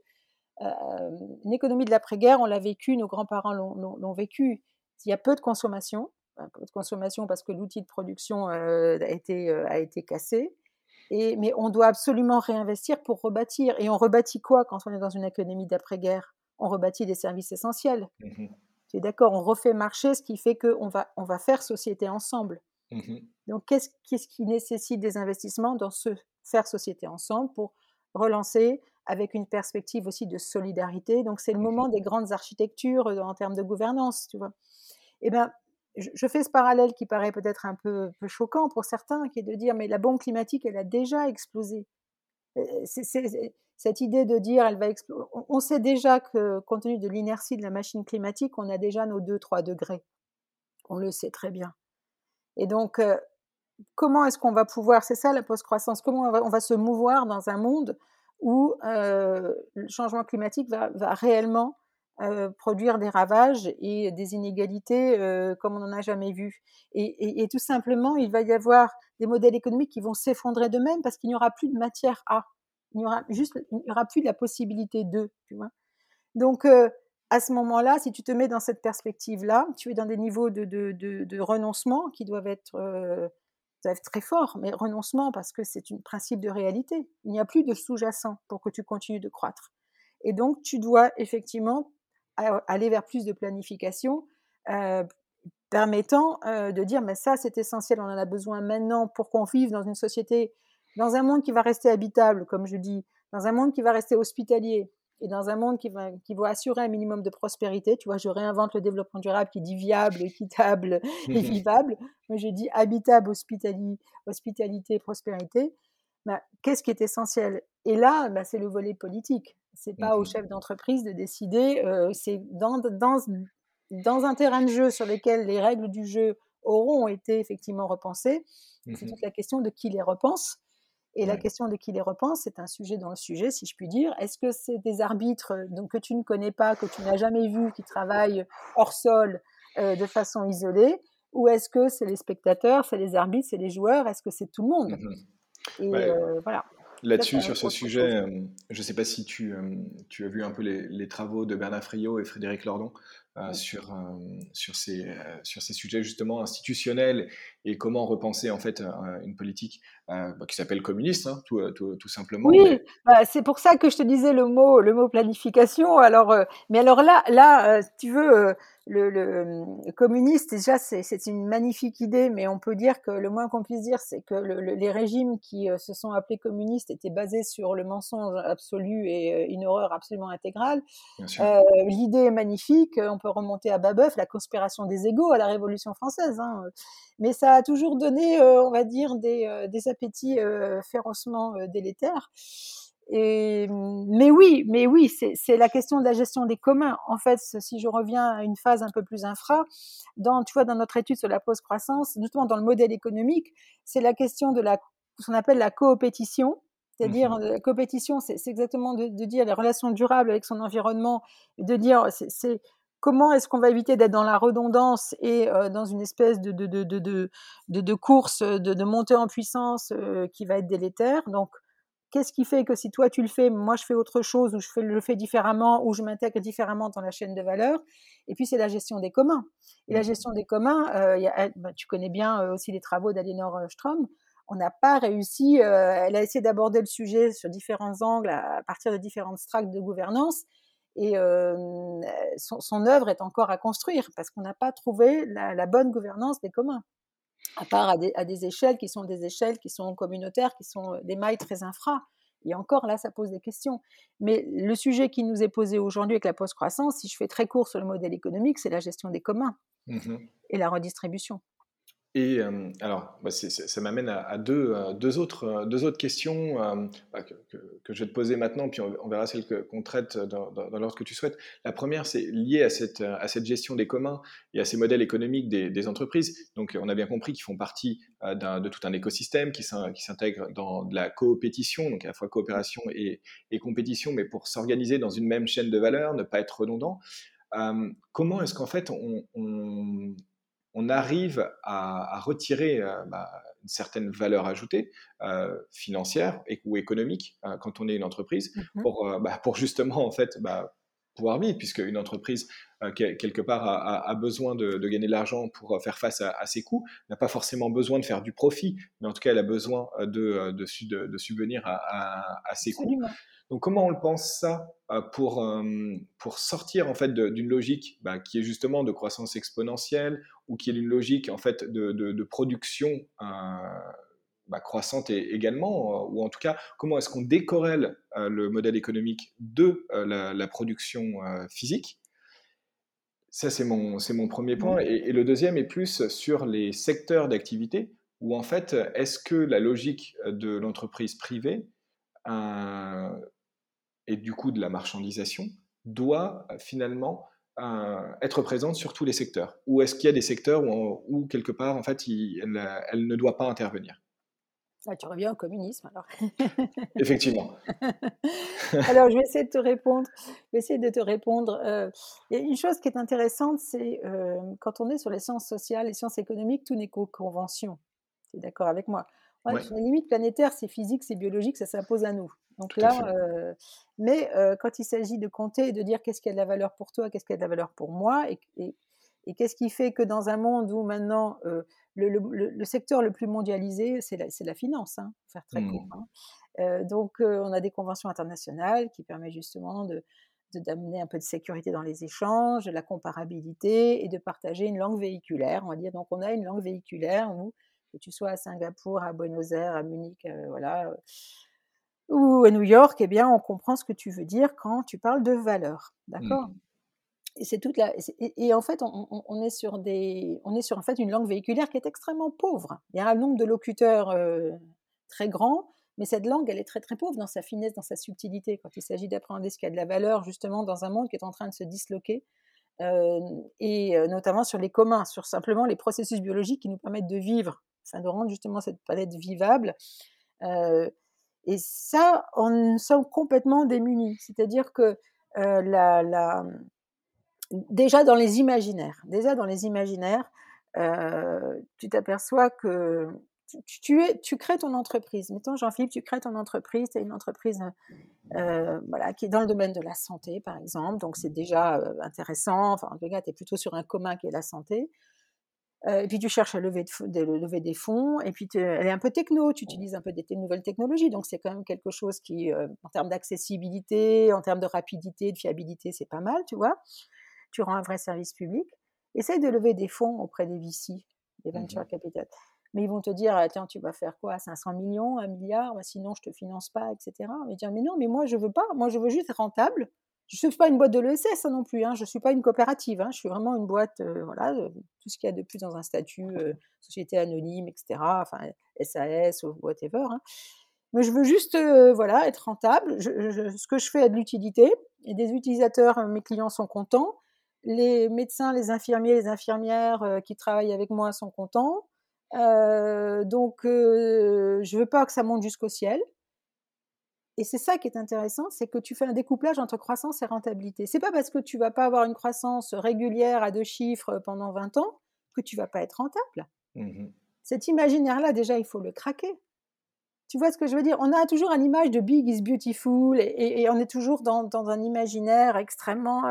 Une économie de l'après-guerre, on l'a vécu, nos grands-parents l'ont vécu. Il y a peu de consommation parce que l'outil de production a été cassé. Mais on doit absolument réinvestir pour rebâtir. Et on rebâtit quoi quand on est dans une économie d'après-guerre? On rebâtit des services essentiels. Mhm. Tu es d'accord? On refait marcher, ce qui fait on va faire société ensemble. Mhm. Donc, qu'est-ce qui nécessite des investissements dans ce faire société ensemble pour relancer avec une perspective aussi de solidarité? Donc, c'est le moment des grandes architectures en termes de gouvernance, tu vois? Eh bien, je fais ce parallèle qui paraît peut-être un peu choquant pour certains, qui est de dire, mais la bombe climatique, elle a déjà explosé. Cette idée de dire, elle va exploser. On sait déjà que, compte tenu de l'inertie de la machine climatique, on a déjà nos 2-3 degrés. On le sait très bien. Et donc, comment est-ce qu'on va pouvoir, c'est ça la post-croissance, comment on va se mouvoir dans un monde où le changement climatique va réellement produire des ravages et des inégalités comme on n'en a jamais vu. Et tout simplement, il va y avoir des modèles économiques qui vont s'effondrer d'eux-mêmes parce qu'il n'y aura plus de matière à. Il n'y aura plus de la possibilité de, tu vois. Donc, à ce moment-là, si tu te mets dans cette perspective-là, tu es dans des niveaux de renoncement qui doivent être très forts, mais renoncement parce que c'est un principe de réalité. Il n'y a plus de sous-jacent pour que tu continues de croître. Et donc, tu dois effectivement aller vers plus de planification, euh, permettant de dire, mais ça, c'est essentiel, on en a besoin maintenant pour qu'on vive dans une société, dans un monde qui va rester habitable, comme je dis, dans un monde qui va rester hospitalier et dans un monde qui va assurer un minimum de prospérité, tu vois, je réinvente le développement durable qui dit viable, équitable et vivable. Moi, je dis habitable, hospitalité, prospérité. Bah, qu'est-ce qui est essentiel? Et là, bah, c'est le volet politique. C'est pas au chef d'entreprise de décider. C'est dans un terrain de jeu sur lequel les règles du jeu auront été effectivement repensées. C'est toute la question de qui les repense. Et la question de qui les repense, c'est un sujet dans le sujet, si je puis dire. Est-ce que c'est des arbitres donc, que tu ne connais pas, que tu n'as jamais vus, qui travaillent hors sol de façon isolée? Ou est-ce que c'est les spectateurs, c'est les arbitres, c'est les joueurs? Est-ce que c'est tout le monde? Et Ouais. voilà. Ça, Là-dessus, c'est sur ce autre chose. sujet, je ne sais pas si tu as vu un peu les travaux de Bernard Friot et Frédéric Lordon Oui. sur ces sujets justement institutionnels et comment repenser en fait une politique qui s'appelle communiste, hein, tout simplement. Oui, Mais bah, c'est pour ça que je te disais le mot planification. Alors, mais alors là, si tu veux, communiste, déjà, c'est une magnifique idée, mais on peut dire que le moins qu'on puisse dire, c'est que les régimes qui se sont appelés communistes étaient basés sur le mensonge absolu et une horreur absolument intégrale. bien sûr. L'idée est magnifique, on peut remonter à Babeuf, la conspiration des égaux à la Révolution française, hein, mais ça a toujours donné, on va dire, des appétits férocement délétères. Mais oui, c'est la question de la gestion des communs. En fait, si je reviens à une phase un peu plus infra, tu vois, dans notre étude sur la post-croissance, notamment dans le modèle économique, c'est la question de ce qu'on appelle la coopétition. C'est-à-dire, la compétition, c'est exactement de dire les relations durables avec son environnement, de dire c'est comment est-ce qu'on va éviter d'être dans la redondance et dans une espèce de course, de montée en puissance qui va être délétère. Donc, qu'est-ce qui fait que si toi tu le fais, moi je fais autre chose, ou le fais différemment, ou je m'intègre différemment dans la chaîne de valeur. Et puis c'est la gestion des communs. Et la gestion des communs, tu connais bien aussi les travaux d'Aliénor Strom. On n'a pas réussi, elle a essayé d'aborder le sujet sur différents angles, à partir de différentes strates de gouvernance. Et son œuvre est encore à construire, parce qu'on n'a pas trouvé la bonne gouvernance des communs, à part à des échelles qui sont communautaires, qui sont des mailles très infra. Et encore là, ça pose des questions. Mais le sujet qui nous est posé aujourd'hui avec la post-croissance, si je fais très court sur le modèle économique, c'est la gestion des communs Mhm. et la redistribution. Et alors, ça m'amène à deux autres questions que je vais te poser maintenant, puis on verra celles qu'on traite dans l'ordre que tu souhaites. La première, c'est lié à cette gestion des communs et à ces modèles économiques des entreprises. Donc, on a bien compris qu'ils font partie de tout un écosystème qui s'intègre dans de la coopétition, donc à la fois coopération et compétition, mais pour s'organiser dans une même chaîne de valeur, ne pas être redondant. Comment est-ce qu'en fait on arrive à retirer une certaine valeur ajoutée financière ou économique quand on est une entreprise Mm-hmm. pour justement en fait pouvoir vivre, puisque une entreprise quelque part a besoin de gagner de l'argent pour faire face à ses coûts, n'a pas forcément besoin de faire du profit, mais en tout cas elle a besoin de subvenir à ses coûts. Absolument. Donc comment on le pense ça pour sortir en fait d'une logique qui est justement de croissance exponentielle ou qui est d'une logique en fait de production croissante également, ou en tout cas comment est-ce qu'on décorrèle le modèle économique de la production physique. Ça c'est mon premier Mm-hmm. point, et le deuxième est plus sur les secteurs d'activité où en fait est-ce que la logique de l'entreprise privée euh, et du coup de la marchandisation doit finalement être présente sur tous les secteurs? Ou est-ce qu'il y a des secteurs où quelque part, en fait, elle ne doit pas intervenir? Ah, tu reviens au communisme alors. Effectivement. Alors, je vais essayer de te répondre. Je vais essayer de te répondre. Il y a une chose qui est intéressante, c'est quand on est sur les sciences sociales, les sciences économiques, tout n'est qu'aux conventions. Tu es d'accord avec moi? Ouais, Ouais, sur les limites planétaires, c'est physique, c'est biologique, ça s'impose à nous. Donc tout à là, fait. mais quand il s'agit de compter et de dire qu'est-ce qui a de la valeur pour toi, qu'est-ce qui a de la valeur pour moi, et qu'est-ce qui fait que dans un monde où maintenant le secteur le plus mondialisé, c'est la finance, hein, pour faire très court, Hmm. hein. Donc, on a des conventions internationales qui permettent justement d'amener un peu de sécurité dans les échanges, de la comparabilité et de partager une langue véhiculaire, on va dire. Donc, on a une langue véhiculaire où, que tu sois à Singapour, à Buenos Aires, à Munich, voilà, Ou à New York, eh bien, on comprend ce que tu veux dire quand tu parles de valeur, d'accord? Mmh. Et c'est toute la et en fait, on est sur, en fait, une langue véhiculaire qui est extrêmement pauvre. Il y a un nombre de locuteurs, très grand, mais cette langue, elle est très, très pauvre dans sa finesse, dans sa subtilité, quand il s'agit d'appréhender ce qui a de la valeur, justement, dans un monde qui est en train de se disloquer, notamment sur les communs, sur simplement les processus biologiques qui nous permettent de vivre, enfin de rendre justement cette planète vivable, heu et ça, on sommes complètement démunis. C'est-à-dire que, la déjà dans les imaginaires, tu t'aperçois que tu crées ton entreprise. Mettons, Jean-Philippe, tu crées ton entreprise, tu as une entreprise, voilà, qui est dans le domaine de la santé, par exemple, donc c'est déjà, intéressant. Enfin, en tout cas, tu es plutôt sur un commun qui est la santé. Et puis tu cherches à lever des fonds et puis elle est un peu techno, tu utilises un peu des nouvelles technologies, donc c'est quand même quelque chose qui, en termes d'accessibilité, en termes de rapidité, de fiabilité, c'est pas mal, tu vois? Tu rends un vrai service public. Essaye de lever des fonds auprès des VC, des Mmh. venture capital. Mais ils vont te dire: «Ah tiens, tu vas faire quoi? 500 millions, 1 milliard? Bah, sinon je te finance pas» et cetera. On va dire: «Mais non, mais moi je veux pas, moi je veux juste être rentable». Je ne suis pas une boîte de l'ESS, hein, non plus, hein, je ne suis pas une coopérative, hein, je suis vraiment une boîte, voilà, tout ce qu'il y a de plus dans un statut, société anonyme et cetera, enfin SAS ou whatever, hein. Mais je veux juste, voilà, être rentable. Ce que je fais a de l'utilité et des utilisateurs, mes clients sont contents. Les médecins, les infirmiers, les infirmières, qui travaillent avec moi sont contents. Donc je veux pas que ça monte jusqu'au ciel et c'est ça qui est intéressant, c'est que tu fais un découplage entre croissance et rentabilité. C'est pas parce que tu vas pas avoir une croissance régulière à 2 chiffres pendant 20 ans que tu vas pas être rentable. Mmh. Cet imaginaire-là, déjà, il faut le craquer. Tu vois ce que je veux dire? On a toujours une image de big is beautiful et on est toujours dans un imaginaire extrêmement,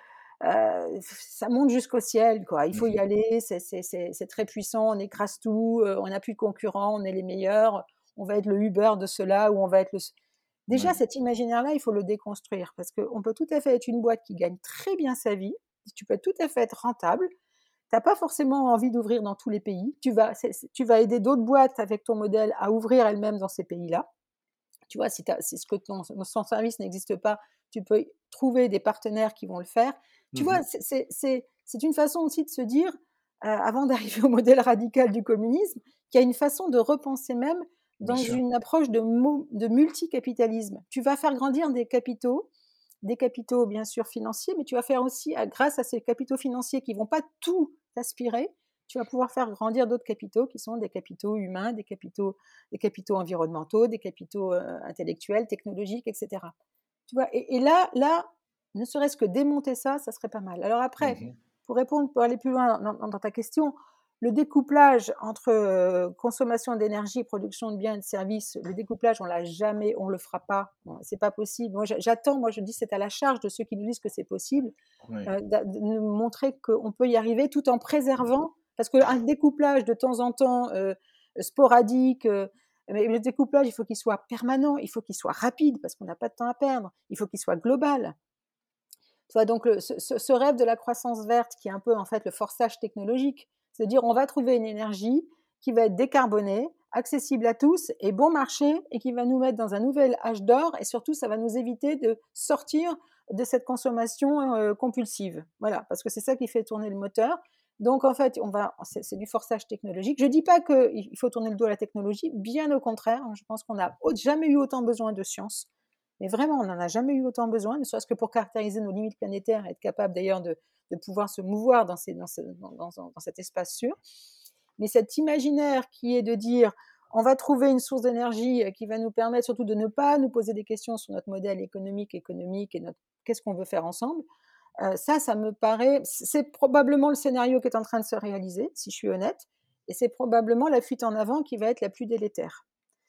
ça monte jusqu'au ciel, quoi. Il faut y Mmh. aller, c'est très puissant, on écrase tout, on n'a plus de concurrents, on est les meilleurs, on va être le Uber de cela ou on va être le déjà Ouais. cet imaginaire-là, il faut le déconstruire parce qu'on peut tout à fait être une boîte qui gagne très bien sa vie, tu peux tout à fait être rentable, tu as pas forcément envie d'ouvrir dans tous les pays, tu vas aider d'autres boîtes avec ton modèle à ouvrir elles-mêmes dans ces pays-là. Tu vois, si ce que ton service n'existe pas, tu peux trouver des partenaires qui vont le faire. Tu vois, Mmh. c'est une façon aussi de se dire, avant d'arriver au modèle radical du communisme, qu'il y a une façon de repenser même Bien dans sûr. une approche de multicapitalisme. Tu vas faire grandir des capitaux bien sûr financiers, mais tu vas faire aussi, grâce à ces capitaux financiers qui vont pas tout aspirer, tu vas pouvoir faire grandir d'autres capitaux qui sont des capitaux humains, des capitaux environnementaux, des capitaux intellectuels, technologiques, etc. Tu vois, et là, ne serait-ce que démonter ça, ça serait pas mal. Alors après, Mmh. pour aller plus loin dans ta question, le découplage entre consommation d'énergie et production de biens et de services, le découplage, on l'a jamais, on le fera pas. Bon, c'est pas possible. Moi, j'attends, moi, je dis, c'est à la charge de ceux qui nous disent que c'est possible, Oui. de nous montrer qu'on peut y arriver tout en préservant, parce qu'un découplage de temps en temps, sporadique, mais le découplage, il faut qu'il soit permanent, il faut qu'il soit rapide, parce qu'on n'a pas de temps à perdre, il faut qu'il soit global. Tu vois, donc ce rêve de la croissance verte qui est un peu en fait le forçage technologique, c'est à dire on va trouver une énergie qui va être décarbonée, accessible à tous et bon marché et qui va nous mettre dans un nouvel âge d'or et surtout ça va nous éviter de sortir de cette consommation compulsive. Voilà, parce que c'est ça qui fait tourner le moteur. Donc en fait, c'est du forçage technologique. Je ne dis pas qu'il faut tourner le dos à la technologie, bien au contraire. Je pense qu'on n'a jamais eu autant besoin de science. Mais vraiment, on n'en a jamais eu autant besoin, ne serait-ce que pour caractériser nos limites planétaires et être capable d'ailleurs de pouvoir se mouvoir dans cet espace sûr. Mais cet imaginaire qui est de dire on va trouver une source d'énergie qui va nous permettre surtout de ne pas nous poser des questions sur notre modèle économique et qu'est-ce qu'on veut faire ensemble, ça me paraît, c'est probablement le scénario qui est en train de se réaliser, si je suis honnête, et c'est probablement la fuite en avant qui va être la plus délétère.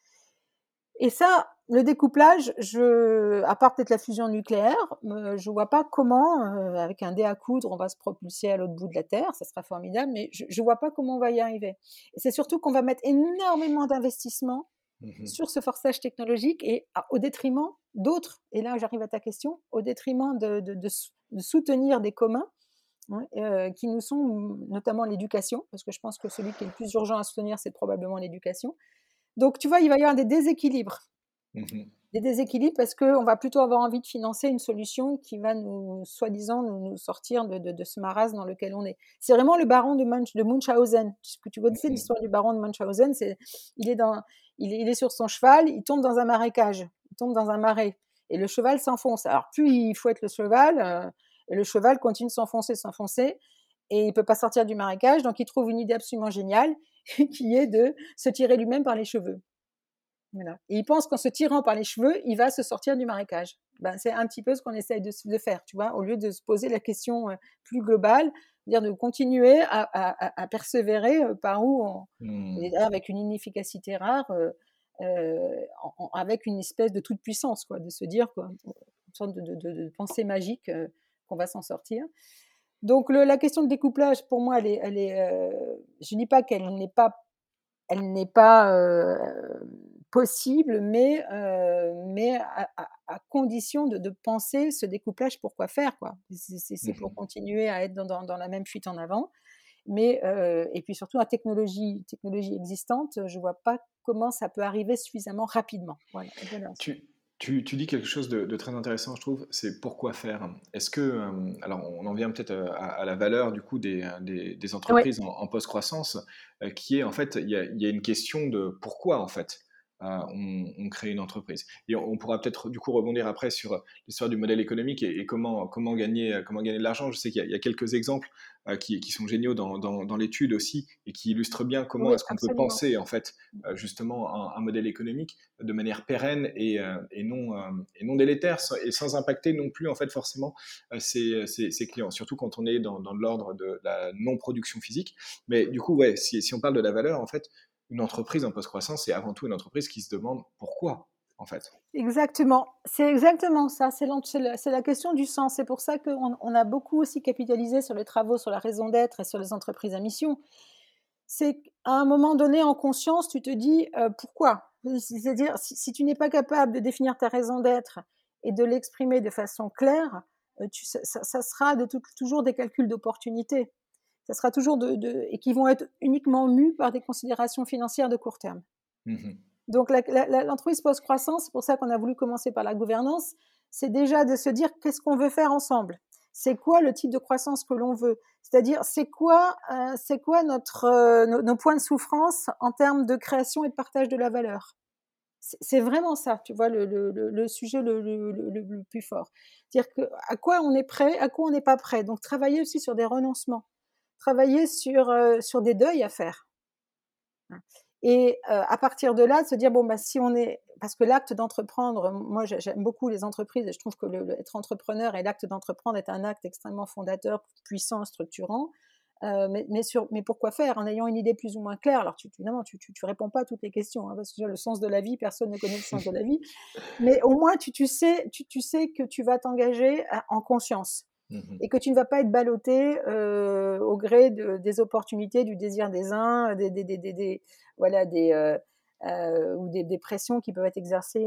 Et ça, le découplage, à part peut-être la fusion nucléaire, je vois pas comment, avec un dé à coudre, on va se propulser à l'autre bout de la Terre, ça sera formidable, mais je vois pas comment on va y arriver. Et c'est surtout qu'on va mettre énormément d'investissements Mmh. sur ce forçage technologique et au détriment d'autres, et là j'arrive à ta question, au détriment de soutenir des communs, ouais, qui nous sont notamment l'éducation, parce que je pense que celui qui est le plus urgent à soutenir, c'est probablement l'éducation. Donc tu vois, il va y avoir des déséquilibres. Mmh. Des déséquilibres parce qu'on va plutôt avoir envie de financer une solution qui va soi-disant, nous sortir de ce marasme dans lequel on est. C'est vraiment le baron de Munchausen. Tu connaissais Mhm. l'histoire du baron de Munchausen? Il est il est sur son cheval, il tombe dans un marécage, il tombe dans un marais et le cheval s'enfonce. Alors plus il fouette le cheval, et le cheval continue de s'enfoncer et il peut pas sortir du marécage, donc il trouve une idée absolument géniale qui est de se tirer lui-même par les cheveux. Voilà. Et il pense qu'en se tirant par les cheveux, il va se sortir du marécage. Ben, c'est un petit peu ce qu'on essaye de faire, tu vois, au lieu de se poser la question plus globale, dire de continuer à persévérer par où on, et avec une inefficacité rare, avec une espèce de toute puissance, quoi, de se dire quoi, une sorte de pensée magique qu'on va s'en sortir. Donc la question de découplage, pour moi, je ne dis pas qu'elle n'est pas possible, mais à condition de penser ce découplage, pourquoi faire, quoi. C'est pour Mhm. continuer à être dans la même fuite en avant. Mais, et puis surtout, la technologie existante, je ne vois pas comment ça peut arriver suffisamment rapidement. Voilà. Tu, tu dis quelque chose de très intéressant, je trouve, c'est pourquoi faire. Est-ce que, alors on en vient peut-être à la valeur du coup des Ouais, entreprises en post-croissance, qui est en fait, il y a une question de pourquoi en fait on crée une entreprise. Et on pourra peut-être du coup rebondir après sur l'histoire du modèle économique et comment gagner de l'argent. Je sais qu'il y a quelques exemples qui sont géniaux dans l'étude aussi et qui illustrent bien comment oui, est-ce qu'on peut absolument. penser en fait justement un modèle économique de manière pérenne et non délétère et sans impacter non plus en fait forcément ses clients, surtout quand on est dans l'ordre de la non-production physique. Mais du coup, ouais, si on parle de la valeur, en fait, une entreprise en post-croissance, c'est avant tout une entreprise qui se demande pourquoi, en fait. Exactement, c'est exactement ça, c'est la question du sens. C'est pour ça qu'on a beaucoup aussi capitalisé sur les travaux sur la raison d'être et sur les entreprises à mission. C'est qu'à un moment donné, en conscience, tu te dis pourquoi. C'est-à-dire, si tu n'es pas capable de définir ta raison d'être et de l'exprimer de façon claire, ça sera toujours des calculs d'opportunité. Ça sera toujours et qui vont être uniquement mus par des considérations financières de court terme. Mhm. Donc l'entreprise post-croissance, c'est pour ça qu'on a voulu commencer par la gouvernance, c'est déjà de se dire qu'est-ce qu'on veut faire ensemble. C'est quoi le type de croissance que l'on veut? C'est-à-dire, c'est quoi nos points de souffrance en termes de création et de partage de la valeur? C'est vraiment ça, tu vois, le sujet le plus fort. C'est-à-dire à quoi on est prêt, à quoi on n'est pas prêt. Donc travailler aussi sur des renoncements, travailler sur des deuils à faire. Et à partir de là, de se dire bon, bah, si on est, parce que l'acte d'entreprendre, moi j'aime beaucoup les entreprises et je trouve que être entrepreneur et l'acte d'entreprendre est un acte extrêmement fondateur, puissant, structurant. Mais pourquoi faire en ayant une idée plus ou moins claire? Alors évidemment, tu réponds pas à toutes les questions, hein, parce que le sens de la vie, personne ne connaît le sens de la vie. Mais au moins, tu sais que tu vas t'engager en conscience Mhm. et que tu ne vas pas être ballotté au gré des opportunités, du désir des uns, voilà, ou des pressions qui peuvent être exercées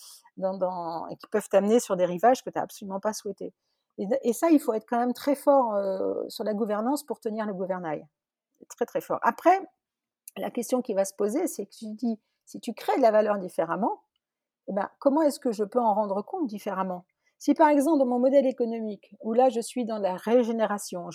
et qui peuvent t'amener sur des rivages que tu n'as absolument pas souhaités. Et ça, il faut être quand même très fort sur la gouvernance pour tenir le gouvernail. Très, très fort. Après, la question qui va se poser, c'est que tu dis, si tu crées de la valeur différemment, eh ben, comment est-ce que je peux en rendre compte différemment? Si par exemple dans mon modèle économique, où là je suis dans la régénération,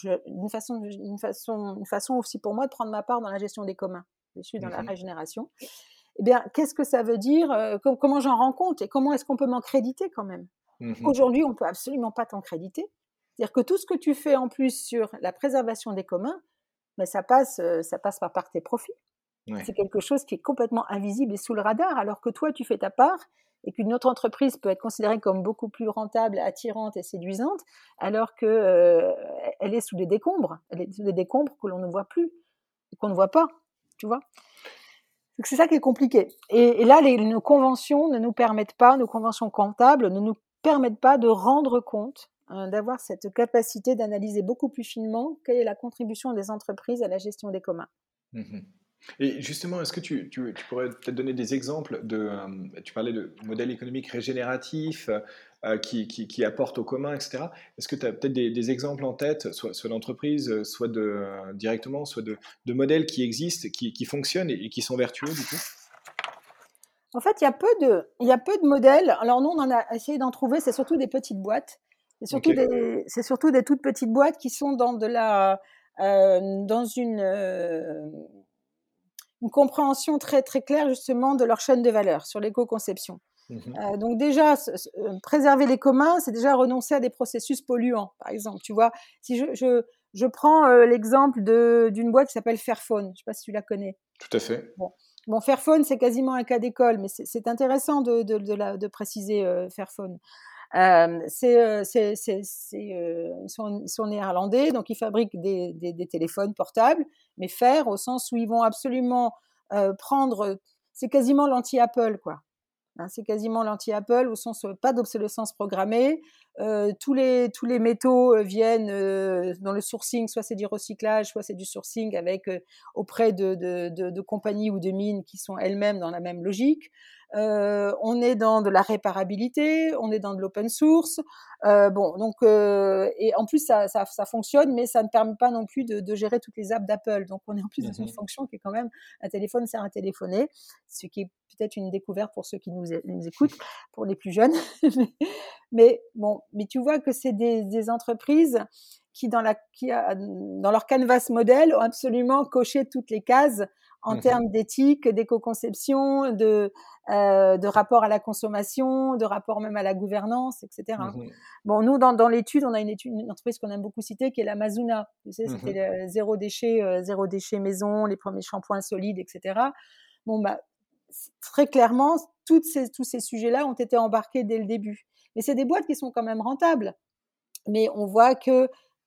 une façon aussi pour moi de prendre ma part dans la gestion des communs, je suis dans la Mhm. régénération, eh bien qu'est-ce que ça veut dire, comment j'en rends compte et comment est-ce qu'on peut m'en créditer quand même? Mhm. Aujourd'hui, on ne peut absolument pas t'en créditer. C'est-à-dire que tout ce que tu fais en plus sur la préservation des communs, ben, ça passe par tes profits. Ouais. C'est quelque chose qui est complètement invisible et sous le radar, alors que toi, tu fais ta part et qu'une autre entreprise peut être considérée comme beaucoup plus rentable, attirante et séduisante, alors que, elle est sous des décombres. Elle est sous des décombres que l'on ne voit plus et qu'on ne voit pas, tu vois? Donc c'est ça qui est compliqué et là, nos conventions ne nous permettent pas, nos conventions comptables ne nous permettent pas de rendre compte, d'avoir cette capacité d'analyser beaucoup plus finement quelle est la contribution des entreprises à la gestion des communs. Mhm. Et justement, est-ce que tu pourrais peut-être donner des exemples tu parlais de modèles économiques régénératifs qui apportent au commun, etc. Est-ce que tu as peut-être des exemples en tête, soit d'entreprises, soit directement, soit de modèles qui existent, qui fonctionnent et qui sont vertueux du coup? En fait, il y a peu de modèles. Alors nous, on en a essayé d'en trouver. C'est surtout des petites boîtes. Ok. C'est surtout des toutes petites boîtes qui sont dans une compréhension très très claire justement de leur chaîne de valeur sur l'éco-conception. Mhm. Donc déjà, préserver les communs, c'est déjà renoncer à des processus polluants, par exemple. Tu vois, si je prends l'exemple d'une boîte qui s'appelle Fairphone. Je ne sais pas si tu la connais. Tout à fait. Bon, Fairphone, c'est quasiment un cas d'école, mais c'est intéressant de préciser Fairphone. Ils sont néerlandais, donc ils fabriquent des téléphones portables, mais Fair au sens où ils vont absolument prendre, c'est quasiment l'anti-Apple, quoi. Hein, c'est quasiment l'anti-Apple au sens pas d'obsolescence programmée. Tous les métaux viennent dans le sourcing, soit c'est du recyclage, soit c'est du sourcing auprès de compagnies ou de mines qui sont elles-mêmes dans la même logique. On est dans de la réparabilité, on est dans de l'open source. Et en plus ça fonctionne, mais ça ne permet pas non plus de gérer toutes les apps d'Apple. Donc on est en plus dans une Mhm. fonction qui est quand même un téléphone sert à téléphoner, ce qui est peut-être une découverte pour ceux qui nous écoutent, pour les plus jeunes. Mais bon, mais tu vois que c'est des entreprises dans leur canvas modèle ont absolument coché toutes les cases en Mhm. termes d'éthique, d'éco-conception, de rapport à la consommation, de rapport même à la gouvernance, etc. Mhm. Bon, nous, dans l'étude, on a une entreprise qu'on aime beaucoup citer qui est la Mazuna. Tu sais, c'était Mhm. le zéro déchet maison, les premiers shampoings solides, etc. Bon, bah, très clairement, tous ces sujets-là ont été embarqués dès le début. Mais c'est des boîtes qui sont quand même rentables. Mais on voit que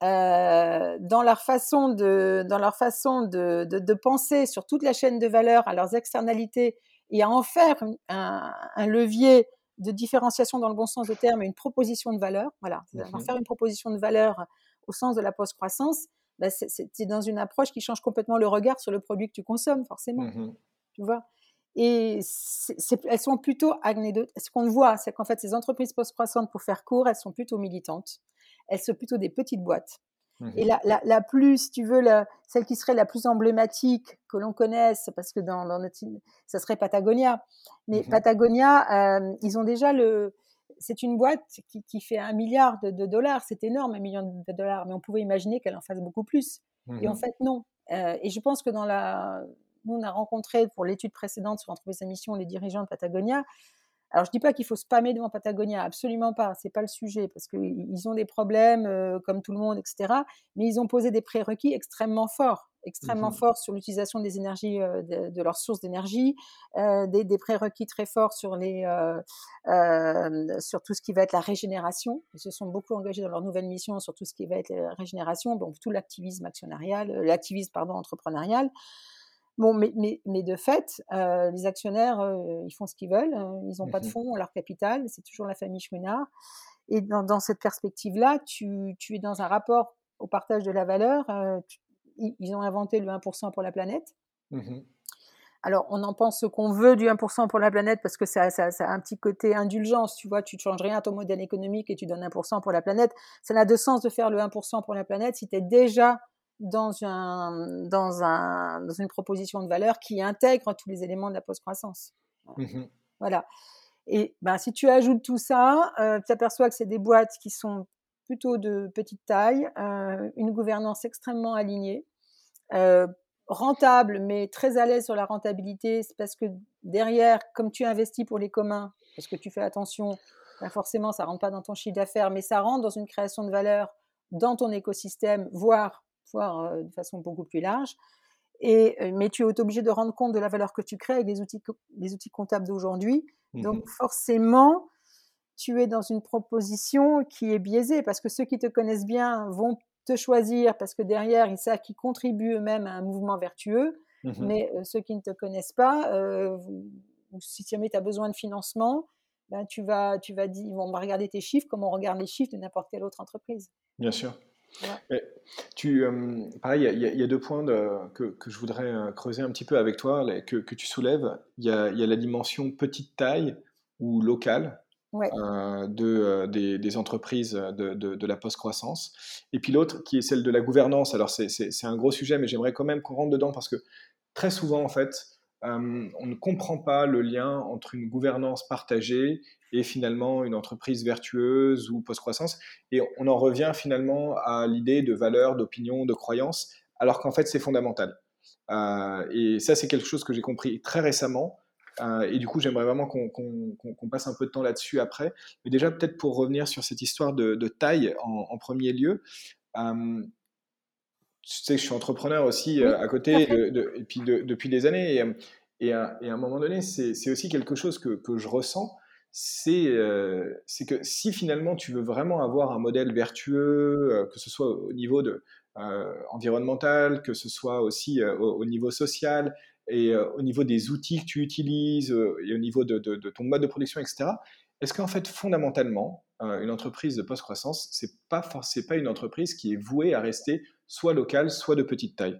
dans leur façon de penser sur toute la chaîne de valeur, à leurs externalités, et à en faire un levier de différenciation dans le bon sens du terme, une proposition de valeur, voilà, en Mhm. faire une proposition de valeur au sens de la post-croissance, bah c'est dans une approche qui change complètement le regard sur le produit que tu consommes, forcément. Mhm. Tu vois. Et elles sont plutôt ce qu'on voit, c'est qu'en fait, ces entreprises post-croissantes, pour faire court, elles sont plutôt militantes. Elles sont plutôt des petites boîtes. Et Mhm. la plus, si tu veux, celle qui serait la plus emblématique que l'on connaisse, parce que dans notre, ça serait Patagonia. Mais Mhm. Patagonia, ils ont déjà c'est une boîte qui fait 1 milliard de dollars. C'est énorme, 1 million de dollars. Mais on pouvait imaginer qu'elle en fasse beaucoup plus. Et en Mhm. fait, non. Et je pense que nous, on a rencontré pour l'étude précédente sur l'entreprise à mission les dirigeants de Patagonia. Alors, je dis pas qu'il faut spammer devant Patagonia, absolument pas, c'est pas le sujet, parce qu'ils ont des problèmes comme tout le monde, etc. Mais ils ont posé des prérequis extrêmement Mhm. forts sur l'utilisation des énergies, de leurs sources d'énergie, des prérequis très forts sur tout ce qui va être la régénération. Ils se sont beaucoup engagés dans leur nouvelle mission sur tout ce qui va être la régénération, donc tout l'activisme actionnarial, entrepreneurial. Bon, mais de fait, les actionnaires, ils font ce qu'ils veulent, ils n'ont pas de Mhm. fonds, leur capital, c'est toujours la famille Chouinard. Et dans cette perspective-là, tu es dans un rapport au partage de la valeur. Ils ont inventé le 1% pour la planète. Mhm. Alors, on en pense ce qu'on veut du 1% pour la planète parce que ça a un petit côté indulgence, tu vois, tu ne changes rien à ton modèle économique et tu donnes 1% pour la planète. Ça n'a de sens de faire le 1% pour la planète si tu es déjà dans une proposition de valeur qui intègre tous les éléments de la post-croissance. Mhm. Voilà. Et ben, si tu ajoutes tout ça, tu aperçois que c'est des boîtes qui sont plutôt de petite taille, une gouvernance extrêmement alignée, euh, rentable, mais très à l'aise sur la rentabilité. C'est parce que derrière, comme tu investis pour les communs, parce que tu fais attention, ben forcément, ça ne rentre pas dans ton chiffre d'affaires, mais ça rentre dans une création de valeur dans ton écosystème, voire de façon beaucoup plus large. Mais tu es obligé de rendre compte de la valeur que tu crées avec les outils comptables d'aujourd'hui. Donc Mhm. forcément, tu es dans une proposition qui est biaisée parce que ceux qui te connaissent bien vont te choisir parce que derrière, ils savent qu'ils contribuent eux-mêmes à un mouvement vertueux. Mhm. Mais ceux qui ne te connaissent pas, si jamais tu as besoin de financement, ben, ils vont regarder tes chiffres comme on regarde les chiffres de n'importe quelle autre entreprise. Bien sûr. Voilà. Mais pareil, il y a deux points que je voudrais creuser un petit peu avec toi, que tu soulèves. Il y a la dimension petite taille ou locale Ouais. des entreprises de la post-croissance. Et puis l'autre, qui est celle de la gouvernance. Alors, c'est un gros sujet, mais j'aimerais quand même qu'on rentre dedans parce que très souvent, en fait, on ne comprend pas le lien entre une gouvernance partagée et finalement une entreprise vertueuse ou post-croissance. Et on en revient finalement à l'idée de valeur, d'opinion, de croyance, alors qu'en fait c'est fondamental. Et ça, c'est quelque chose que j'ai compris très récemment. Et du coup, j'aimerais vraiment qu'on passe un peu de temps là-dessus après. Mais déjà, peut-être pour revenir sur cette histoire de taille en premier lieu. Euh, Tu sais que je suis entrepreneur aussi Oui, à tout à côté, fait. et puis depuis des années. Et à un moment donné, c'est aussi quelque chose que je ressens. C'est que si finalement tu veux vraiment avoir un modèle vertueux, que ce soit au niveau environnemental, que ce soit aussi au niveau social, et au niveau des outils que tu utilises, et au niveau de ton mode de production, etc., est-ce qu'en fait, fondamentalement, une entreprise de post-croissance, c'est pas une entreprise qui est vouée à rester soit locale, soit de petite taille?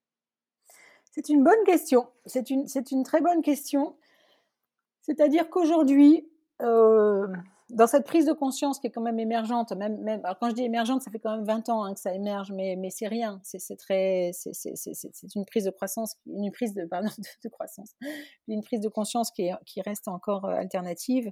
C'est une bonne question. C'est une très bonne question. C'est-à-dire qu'aujourd'hui, dans cette prise de conscience qui est quand même émergente, même alors quand je dis émergente, ça fait quand même 20 ans, hein, que ça émerge, mais c'est rien. C'est une prise de croissance, une prise de pardon, de croissance, une prise de conscience qui reste encore, alternative.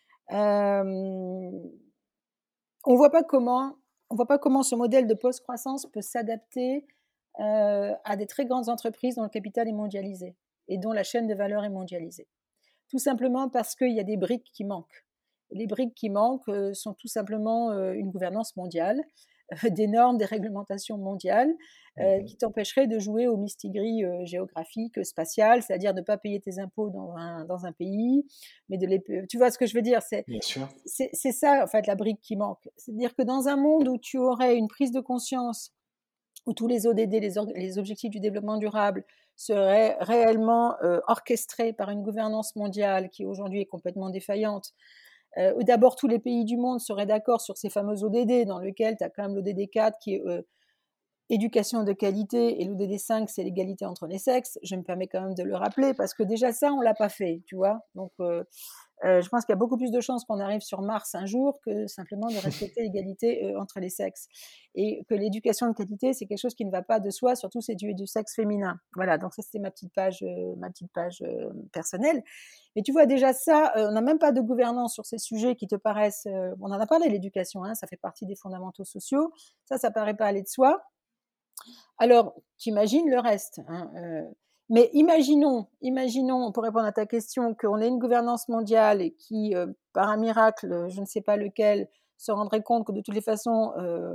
Hem, on voit pas comment on voit pas comment ce modèle de post-croissance peut s'adapter, à des très grandes entreprises dont le capital est mondialisé et dont la chaîne de valeur est mondialisée. Tout simplement parce qu'il y a des briques qui manquent. Les briques qui manquent sont tout simplement une gouvernance mondiale, des normes, des réglementations mondiales qui Mhm. t'empêcheraient de jouer au mistigris géographique, spatial, c'est-à-dire de ne pas payer tes impôts dans un pays, mais de les... Tu vois ce que je veux dire, Bien sûr. c'est ça en fait la brique qui manque. C'est-à-dire que dans un monde où tu aurais une prise de conscience où tous les ODD, les objectifs du développement durable, seraient réellement orchestrés par une gouvernance mondiale qui aujourd'hui est complètement défaillante, où d'abord tous les pays du monde seraient d'accord sur ces fameux ODD, dans lequel tu as quand même l'ODD 4 qui est éducation de qualité et l'ODD 5, c'est l'égalité entre les sexes. Je me permets quand même de le rappeler parce que déjà ça, on ne l'a pas fait, tu vois. Donc, je pense qu'il y a beaucoup plus de chances qu'on arrive sur Mars un jour que simplement de respecter l'égalité entre les sexes. Et que l'éducation de qualité, c'est quelque chose qui ne va pas de soi, surtout c'est du sexe féminin. Voilà, donc ça c'était ma petite page personnelle. Mais tu vois déjà ça, on n'a même pas de gouvernance sur ces sujets qui te paraissent... on en a parlé, l'éducation, hein, ça fait partie des fondamentaux sociaux. Ça paraît pas aller de soi. Alors, tu imagines le reste, hein, mais imaginons, pour répondre à ta question, qu'on ait une gouvernance mondiale et qui, par un miracle, je ne sais pas lequel, se rendrait compte que de toutes les façons,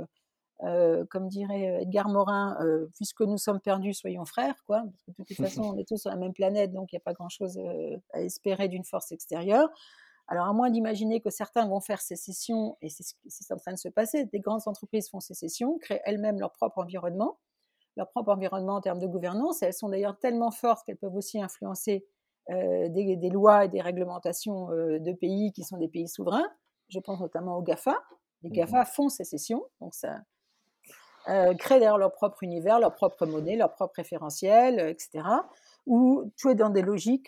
comme dirait Edgar Morin, puisque nous sommes perdus, soyons frères, quoi. Parce que de toutes les façons, on est tous sur la même planète, donc il n'y a pas grand-chose à espérer d'une force extérieure. Alors, à moins d'imaginer que certains vont faire sécession, et c'est en train de se passer, des grandes entreprises font sécession, créent elles-mêmes leur propre environnement en termes de gouvernance. Et elles sont d'ailleurs tellement fortes qu'elles peuvent aussi influencer des lois et des réglementations de pays qui sont des pays souverains. Je pense notamment aux GAFA. Les GAFA Mhm. font sécession, donc ça créent d'ailleurs leur propre univers, leur propre monnaie, leur propre référentiel, etc. Où tu es dans des logiques,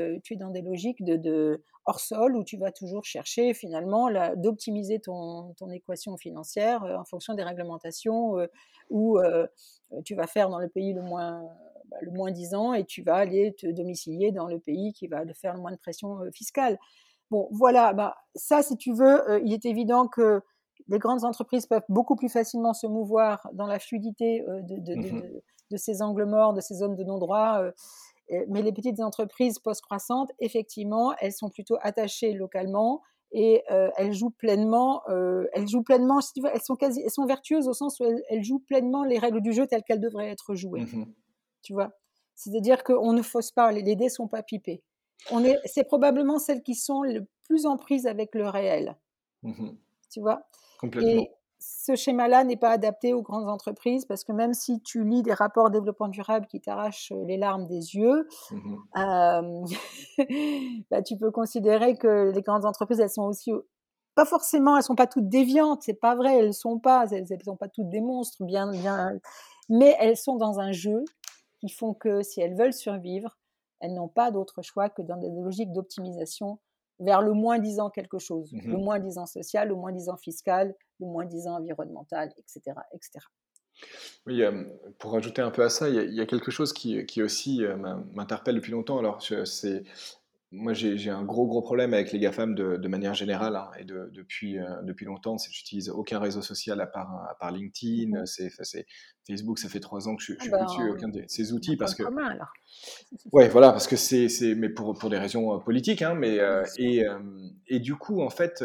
de hors sol, où tu vas toujours chercher finalement d'optimiser ton équation financière en fonction des réglementations où tu vas faire dans le pays le moins disant et tu vas aller te domicilier dans le pays qui va faire le moins de pression fiscale. Bon, voilà, bah, ça, si tu veux, il est évident que les grandes entreprises peuvent beaucoup plus facilement se mouvoir dans la fluidité Mhm. de ces angles morts, de ces zones de non-droit. Mais les petites entreprises post-croissantes, effectivement, elles sont plutôt attachées localement et elles jouent pleinement, si tu veux, elles sont vertueuses au sens où elles jouent pleinement les règles du jeu telles qu'elles devraient être jouées. Mhm. Tu vois, c'est-à-dire qu'on ne fausse pas, les dés sont pas pipés. C'est probablement celles qui sont le plus en prise avec le réel, Mhm. tu vois. Et Complètement. ce schéma-là n'est pas adapté aux grandes entreprises parce que même si tu lis des rapports développement durable qui t'arrachent les larmes des yeux, Mhm. euh, bah, tu peux considérer que les grandes entreprises, elles sont aussi pas forcément, elles sont pas toutes déviantes, c'est pas vrai, elles sont pas toutes des monstres, mais elles sont dans un jeu qui font que si elles veulent survivre, elles n'ont pas d'autre choix que dans des logiques d'optimisation vers le moins-disant quelque chose, le Mhm. moins-disant social, le moins-disant fiscal, le moins-disant environnemental, etc., etc. Oui, pour rajouter un peu à ça, il y a quelque chose qui aussi, m'interpelle depuis longtemps. Alors moi, j'ai un gros problème avec les GAFAM de manière générale, hein, et depuis longtemps. J'utilise aucun réseau social à part LinkedIn. Mmh. C'est Facebook, ça fait 3 ans que je Ah suis plus dessus, ben, aucun de ces on a un outils point parce que commun alors. ouais, voilà, parce que mais pour des raisons, politiques, hein, Bien sûr. et du coup, en fait,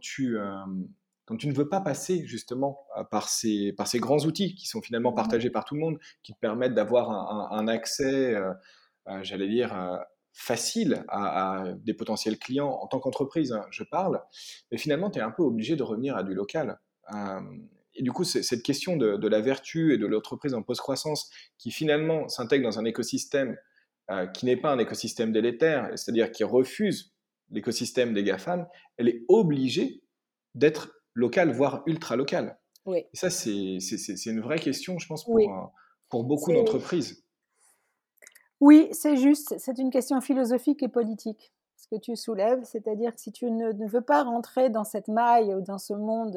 quand tu ne veux pas passer justement, par ces grands outils qui sont finalement Mmh. partagés par tout le monde, qui te permettent d'avoir un accès, j'allais dire, facile à des potentiels clients en tant qu'entreprise, hein, je parle, mais finalement, tu es un peu obligé de revenir à du local. Et du coup, cette question de la vertu et de l'entreprise en post-croissance qui finalement s'intègre dans un écosystème qui n'est pas un écosystème délétère, c'est-à-dire qui refuse l'écosystème des GAFAM, elle est obligée d'être locale, voire ultra locale. Oui, Et ça, c'est une vraie question, je pense, oui, pour beaucoup c'est d'entreprises. oui, c'est juste, c'est une question philosophique et politique, ce que tu soulèves. C'est-à-dire que si tu ne veux pas rentrer dans cette maille ou dans ce monde,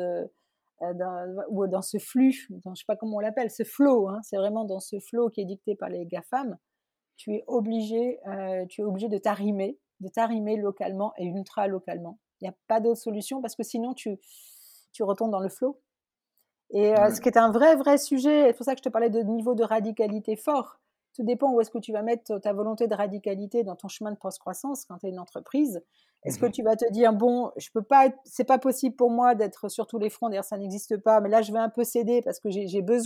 ou dans ce flux, dans je sais pas comment on l'appelle, ce flow, hein, c'est vraiment dans ce flow qui est dicté par les GAFAM, tu es obligé de t'arrimer localement et ultra localement. Il y a pas d'autre solution parce que sinon tu retombes dans le flow. Et ce Ouais. qui est un vrai sujet, c'est pour ça que je te parlais de niveau de radicalité fort. Tout dépend où est-ce que tu vas mettre ta volonté de radicalité dans ton chemin de post-croissance quand tu es une entreprise. Est-ce que Mhm. tu vas te dire: «Bon, je peux pas être c'est pas possible pour moi d'être sur tous les fronts», d'ailleurs ça n'existe pas, mais là je vais un peu céder parce que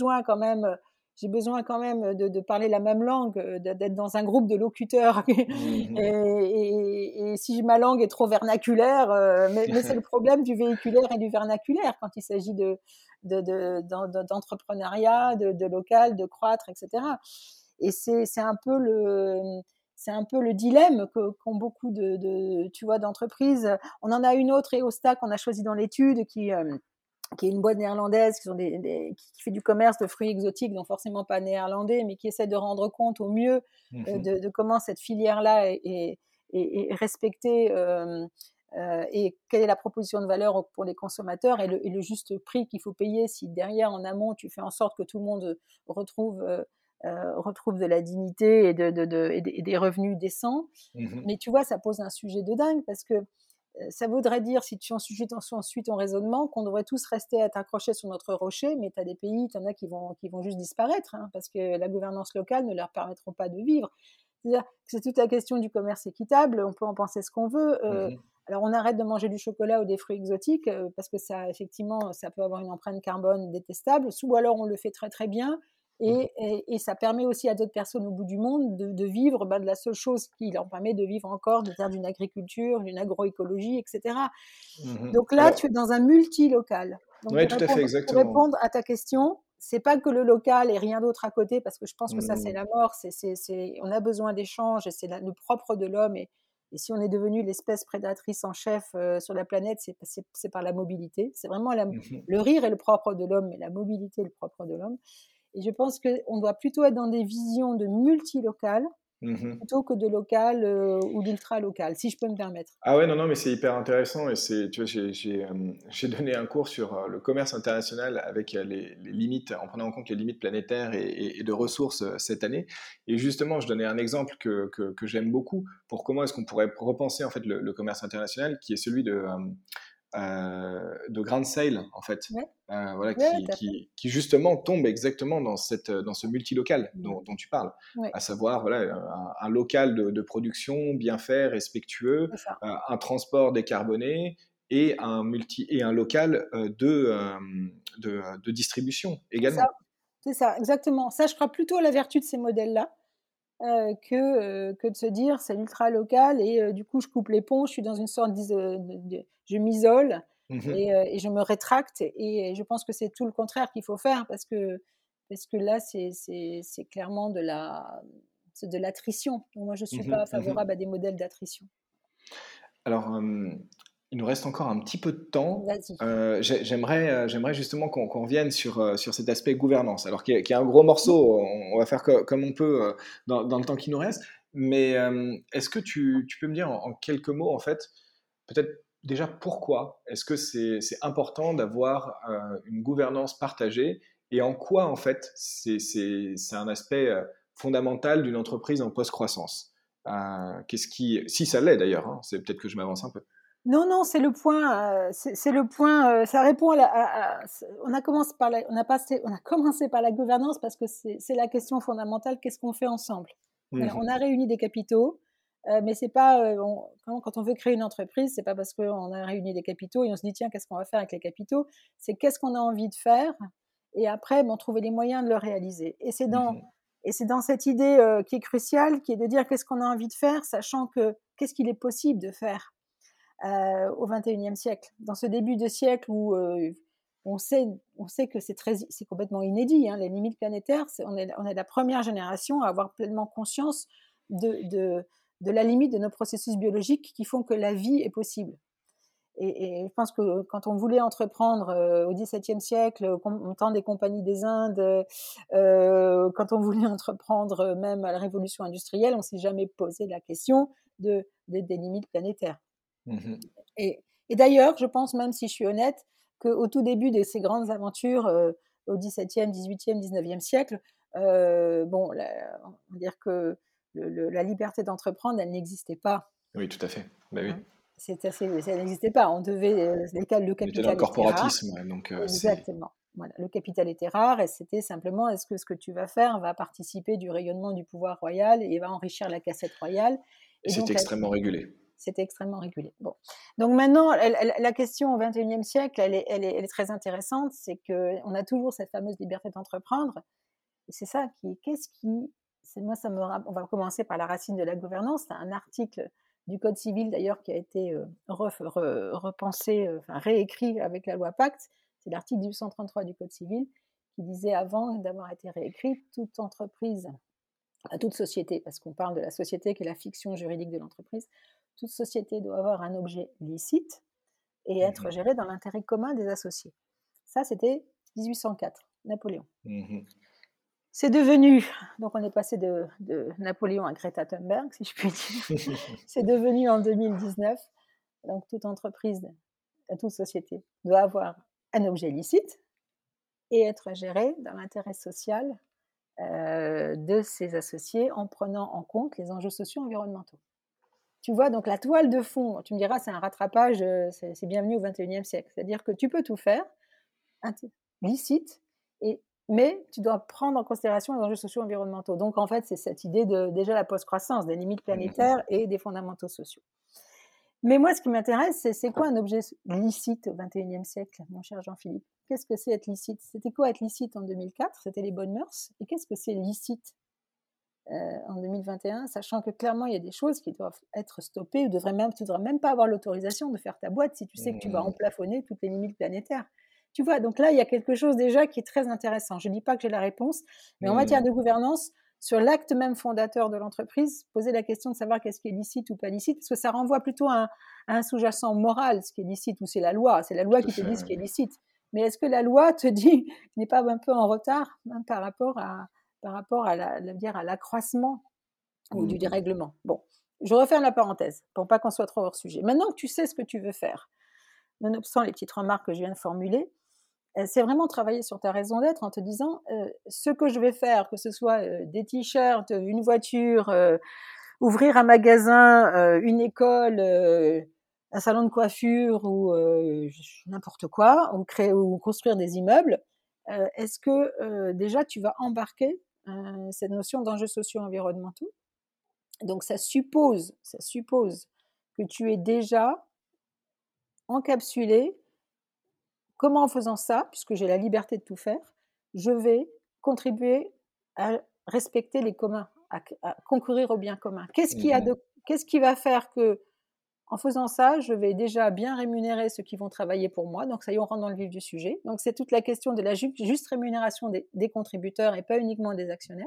j'ai besoin quand même de parler la même langue, d'être dans un groupe de locuteurs Mhm. et si ma langue est trop vernaculaire, mais c'est le problème du véhiculaire et du vernaculaire quand il s'agit d'entrepreneuriat, de local, de croître, etc. Et c'est un peu le dilemme qu'ont beaucoup tu vois, d'entreprises. On en a une autre, EOSTA, qu'on a choisi dans l'étude, qui est une boîte néerlandaise qui fait du commerce de fruits exotiques, donc forcément pas néerlandais, mais qui essaie de rendre compte au mieux Mhm. de comment cette filière-là est respectée et quelle est la proposition de valeur pour les consommateurs et le juste prix qu'il faut payer si derrière, en amont, tu fais en sorte que tout le monde retrouve, retrouve de la dignité et des revenus décents. Mhm. Mais tu vois, ça pose un sujet de dingue parce que ça voudrait dire, si tu ensuite ton raisonnement, qu'on devrait tous rester à être accrochés sur notre rocher, mais tu as des pays, tu en as qui vont juste disparaître, hein, parce que la gouvernance locale ne leur permettra pas de vivre. C'est-à-dire que c'est toute la question du commerce équitable, on peut en penser ce qu'on veut. Mhm. Alors on arrête de manger du chocolat ou des fruits exotiques, parce que ça, effectivement, ça peut avoir une empreinte carbone détestable, ou alors on le fait très bien, Mhm. et ça permet aussi à d'autres personnes au bout du monde de vivre de la seule chose qui leur permet de vivre encore, de faire d'une agriculture, d'une agroécologie, etc. Mhm. Donc là, tu es Alors, dans un multilocal. Donc oui, tout à fait, pour exactement. répondre à ta question, c'est pas que le local et rien d'autre à côté, parce que je pense que ça, c'est Mhm. la mort. On a besoin d'échanges et c'est le propre de l'homme. Et si on est devenu l'espèce prédatrice en chef sur la planète, c'est par la mobilité. C'est vraiment Mhm. le rire est le propre de l'homme, mais la mobilité est le propre de l'homme. Et je pense qu'on doit plutôt être dans des visions de multilocal Mhm. plutôt que de local ou d'ultra local, si je peux me permettre. Ah ouais, non, non, mais c'est hyper intéressant et tu vois, j'ai donné un cours sur le commerce international avec les limites, en prenant en compte les limites planétaires et de ressources cette année. Et justement, je donnais un exemple que j'aime beaucoup pour comment est-ce qu'on pourrait repenser en fait le commerce international, qui est celui de Grand Sale, en fait. Ouais, Voilà, ouais, tout à fait. qui justement tombe exactement dans ce multilocal Mmh. dont tu parles, Ouais, à savoir voilà, un local de production bien fait, respectueux, c'est ça. un transport décarboné et un local de distribution C'est ça, également. c'est ça, exactement. Ça, je crois plutôt à la vertu de ces modèles-là, que de se dire: «C'est ultra local et du coup, je coupe les ponts, je suis dans une sorte de je m'isole Mhm, et je me rétracte» et je pense que c'est tout le contraire qu'il faut faire parce que là, c'est clairement c'est de l'attrition. Donc moi, je suis mhm, pas mhm. favorable à des modèles d'attrition. Alors, il nous reste encore un petit peu de temps. Vas-y. J'aimerais justement qu'on revienne sur cet aspect gouvernance. Alors, qui est un gros Mmh. morceau, on va faire comme on peut dans le temps qui nous reste. Mais est-ce que tu peux me dire en quelques mots, en fait, peut-être déjà pourquoi est-ce que c'est important d'avoir une gouvernance partagée et en quoi, en fait, c'est un aspect fondamental d'une entreprise en post-croissance. Si ça l'est d'ailleurs, hein, c'est peut-être que je m'avance un peu. Non, non, c'est le point, c'est le point, ça répond à la on a commencé par la gouvernance parce que c'est la question fondamentale, qu'est-ce qu'on fait ensemble? Voilà, Mhm. on a réuni des capitaux, mais c'est pas, quand on veut créer une entreprise, c'est pas parce qu'on a réuni des capitaux et on se dit: «Tiens, qu'est-ce qu'on va faire avec les capitaux?» C'est qu'est-ce qu'on a envie de faire et après, bon, trouver les moyens de le réaliser Mhm. et c'est dans cette idée, qui est cruciale, qui est de dire: «Qu'est-ce qu'on a envie de faire?» sachant que qu'est-ce qu'il est possible de faire? Au XXIe siècle. Dans ce début de siècle où on sait, on sait que c'est complètement inédit, hein, les limites planétaires, on est la première génération à avoir pleinement conscience de, de, de la limite de nos processus biologiques qui font que la vie est possible. Et je pense que quand on voulait entreprendre au XVIIe siècle, au temps des compagnies des Indes, quand on voulait entreprendre même à la révolution industrielle, on ne s'est jamais posé la question des limites planétaires. Mhm. Et d'ailleurs, je pense, même si je suis honnête, qu'au tout début de ces grandes aventures, au XVIIe, XVIIIe, XIXe siècle, bon, on va dire que la liberté d'entreprendre, elle n'existait pas. Oui, tout à fait. Bah oui. Hein. Ça n'existait pas. On devait, le On était dans le capital était rare. corporatisme, donc c'est. Exactement. Voilà, le capital était rare et c'était simplement est-ce que ce que tu vas faire va participer du rayonnement du pouvoir royal et va enrichir la cassette royale. Et Et c'était donc, extrêmement régulé. c'était extrêmement régulé. Bon. Donc maintenant, la question au XXIe siècle, elle est très intéressante, c'est qu'on a toujours cette fameuse liberté d'entreprendre. Et c'est ça qu'est-ce qui, c'est moi, on va commencer par la racine de la gouvernance. C'est un article du Code civil d'ailleurs qui a été repensé, enfin réécrit avec la loi Pacte. C'est l'article 1833 du Code civil qui disait avant d'avoir été réécrit, toute entreprise, à toute société, parce qu'on parle de la société qui est la fiction juridique de l'entreprise, toute société doit avoir un objet licite et être Mhm. gérée dans l'intérêt commun des associés. Ça, c'était 1804, Napoléon. Mhm. C'est devenu, donc on est passé de Napoléon à Greta Thunberg, si je puis dire. C'est devenu en 2019, donc toute entreprise, toute société doit avoir un objet licite et être gérée dans l'intérêt social de ses associés en prenant en compte les enjeux sociaux et environnementaux. Tu vois, donc la toile de fond, tu me diras, c'est un rattrapage, c'est bienvenu au XXIe siècle. C'est-à-dire que tu peux tout faire, licite, mais tu dois prendre en considération les enjeux sociaux et environnementaux. Donc en fait, c'est cette idée de déjà la post-croissance, des limites Mhm. planétaires et des fondamentaux sociaux. Mais moi, ce qui m'intéresse, c'est quoi un objet licite au XXIe siècle, mon cher Jean-Philippe? Qu'est-ce que c'est être licite? C'était quoi être licite en 2004? C'était les bonnes mœurs. Et qu'est-ce que c'est licite en 2021, sachant que clairement, il y a des choses qui doivent être stoppées. Tu ne devrais même pas avoir l'autorisation de faire ta boîte si tu sais que tu vas Mhm. emplafonner toutes les limites planétaires. Tu vois, donc là, il y a quelque chose déjà qui est très intéressant. Je ne dis pas que j'ai la réponse, mais en matière Mhm. de gouvernance, sur l'acte même fondateur de l'entreprise, poser la question de savoir qu'est-ce qui est licite ou pas licite, parce que ça renvoie plutôt à un sous-jacent moral, ce qui est licite, ou c'est la loi. C'est la loi Tout à qui te fait. dit ce qui est licite. Mais est-ce que la loi te dit, n'est pas un peu en retard hein, par rapport à l'accroissement ou du Mhm. dérèglement. Bon, je referme la parenthèse pour pas qu'on soit trop hors sujet. Maintenant que tu sais ce que tu veux faire, nonobstant les petites remarques que je viens de formuler, c'est vraiment travailler sur ta raison d'être en te disant ce que je vais faire, que ce soit des t-shirts, une voiture, ouvrir un magasin, une école, un salon de coiffure ou n'importe quoi, ou créer ou construire des immeubles. Est-ce que déjà tu vas embarquer cette notion d'enjeux sociaux environnementaux? Donc ça suppose que tu es déjà encapsulé. Comment en faisant ça, puisque j'ai la liberté de tout faire, je vais contribuer à respecter les communs, à concourir au bien commun? Mhm. Qu'est-ce qui va faire que, en faisant ça, je vais déjà bien rémunérer ceux qui vont travailler pour moi? Donc ça y est, on rentre dans le vif du sujet. Donc c'est toute la question de la juste rémunération des contributeurs et pas uniquement des actionnaires.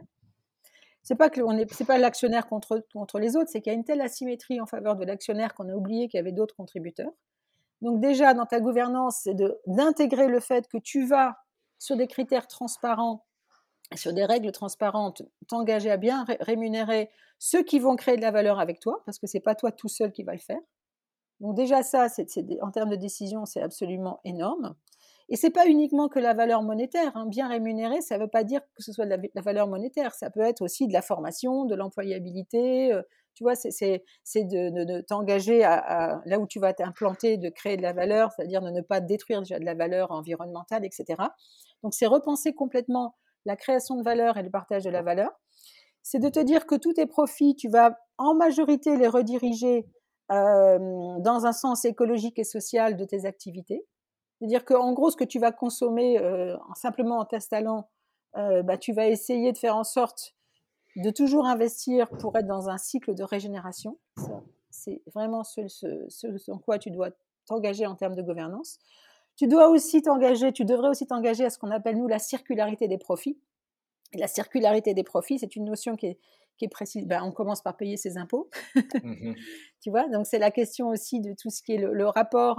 C'est pas l'actionnaire contre les autres, c'est qu'il y a une telle asymétrie en faveur de l'actionnaire qu'on a oublié qu'il y avait d'autres contributeurs. Donc déjà, dans ta gouvernance, c'est d'intégrer le fait que tu vas, sur des critères transparents, sur des règles transparentes, t'engager à bien rémunérer ceux qui vont créer de la valeur avec toi, parce que c'est pas toi tout seul qui va le faire. Donc déjà ça, en termes de décision, c'est absolument énorme. Et c'est pas uniquement que la valeur monétaire, hein. Bien rémunéré, ça veut pas dire que ce soit de la valeur monétaire. Ça peut être aussi de la formation, de l'employabilité. Tu vois, c'est de t'engager là où tu vas t'implanter, de créer de la valeur, c'est-à-dire de ne pas détruire déjà de la valeur environnementale, etc. Donc, c'est repenser complètement la création de valeur et le partage de la valeur. C'est de te dire que tous tes profits, tu vas en majorité les rediriger dans un sens écologique et social de tes activités. C'est-à-dire qu'en gros, ce que tu vas consommer simplement en t'installant, tu vas essayer de faire en sorte de toujours investir pour être dans un cycle de régénération. Ça, c'est vraiment ce en quoi tu dois t'engager en termes de gouvernance. Tu devrais aussi t'engager à ce qu'on appelle, nous, la circularité des profits. Et la circularité des profits, c'est une notion qui est précise. On commence par payer ses impôts. Tu vois, donc c'est la question aussi de tout ce qui est le rapport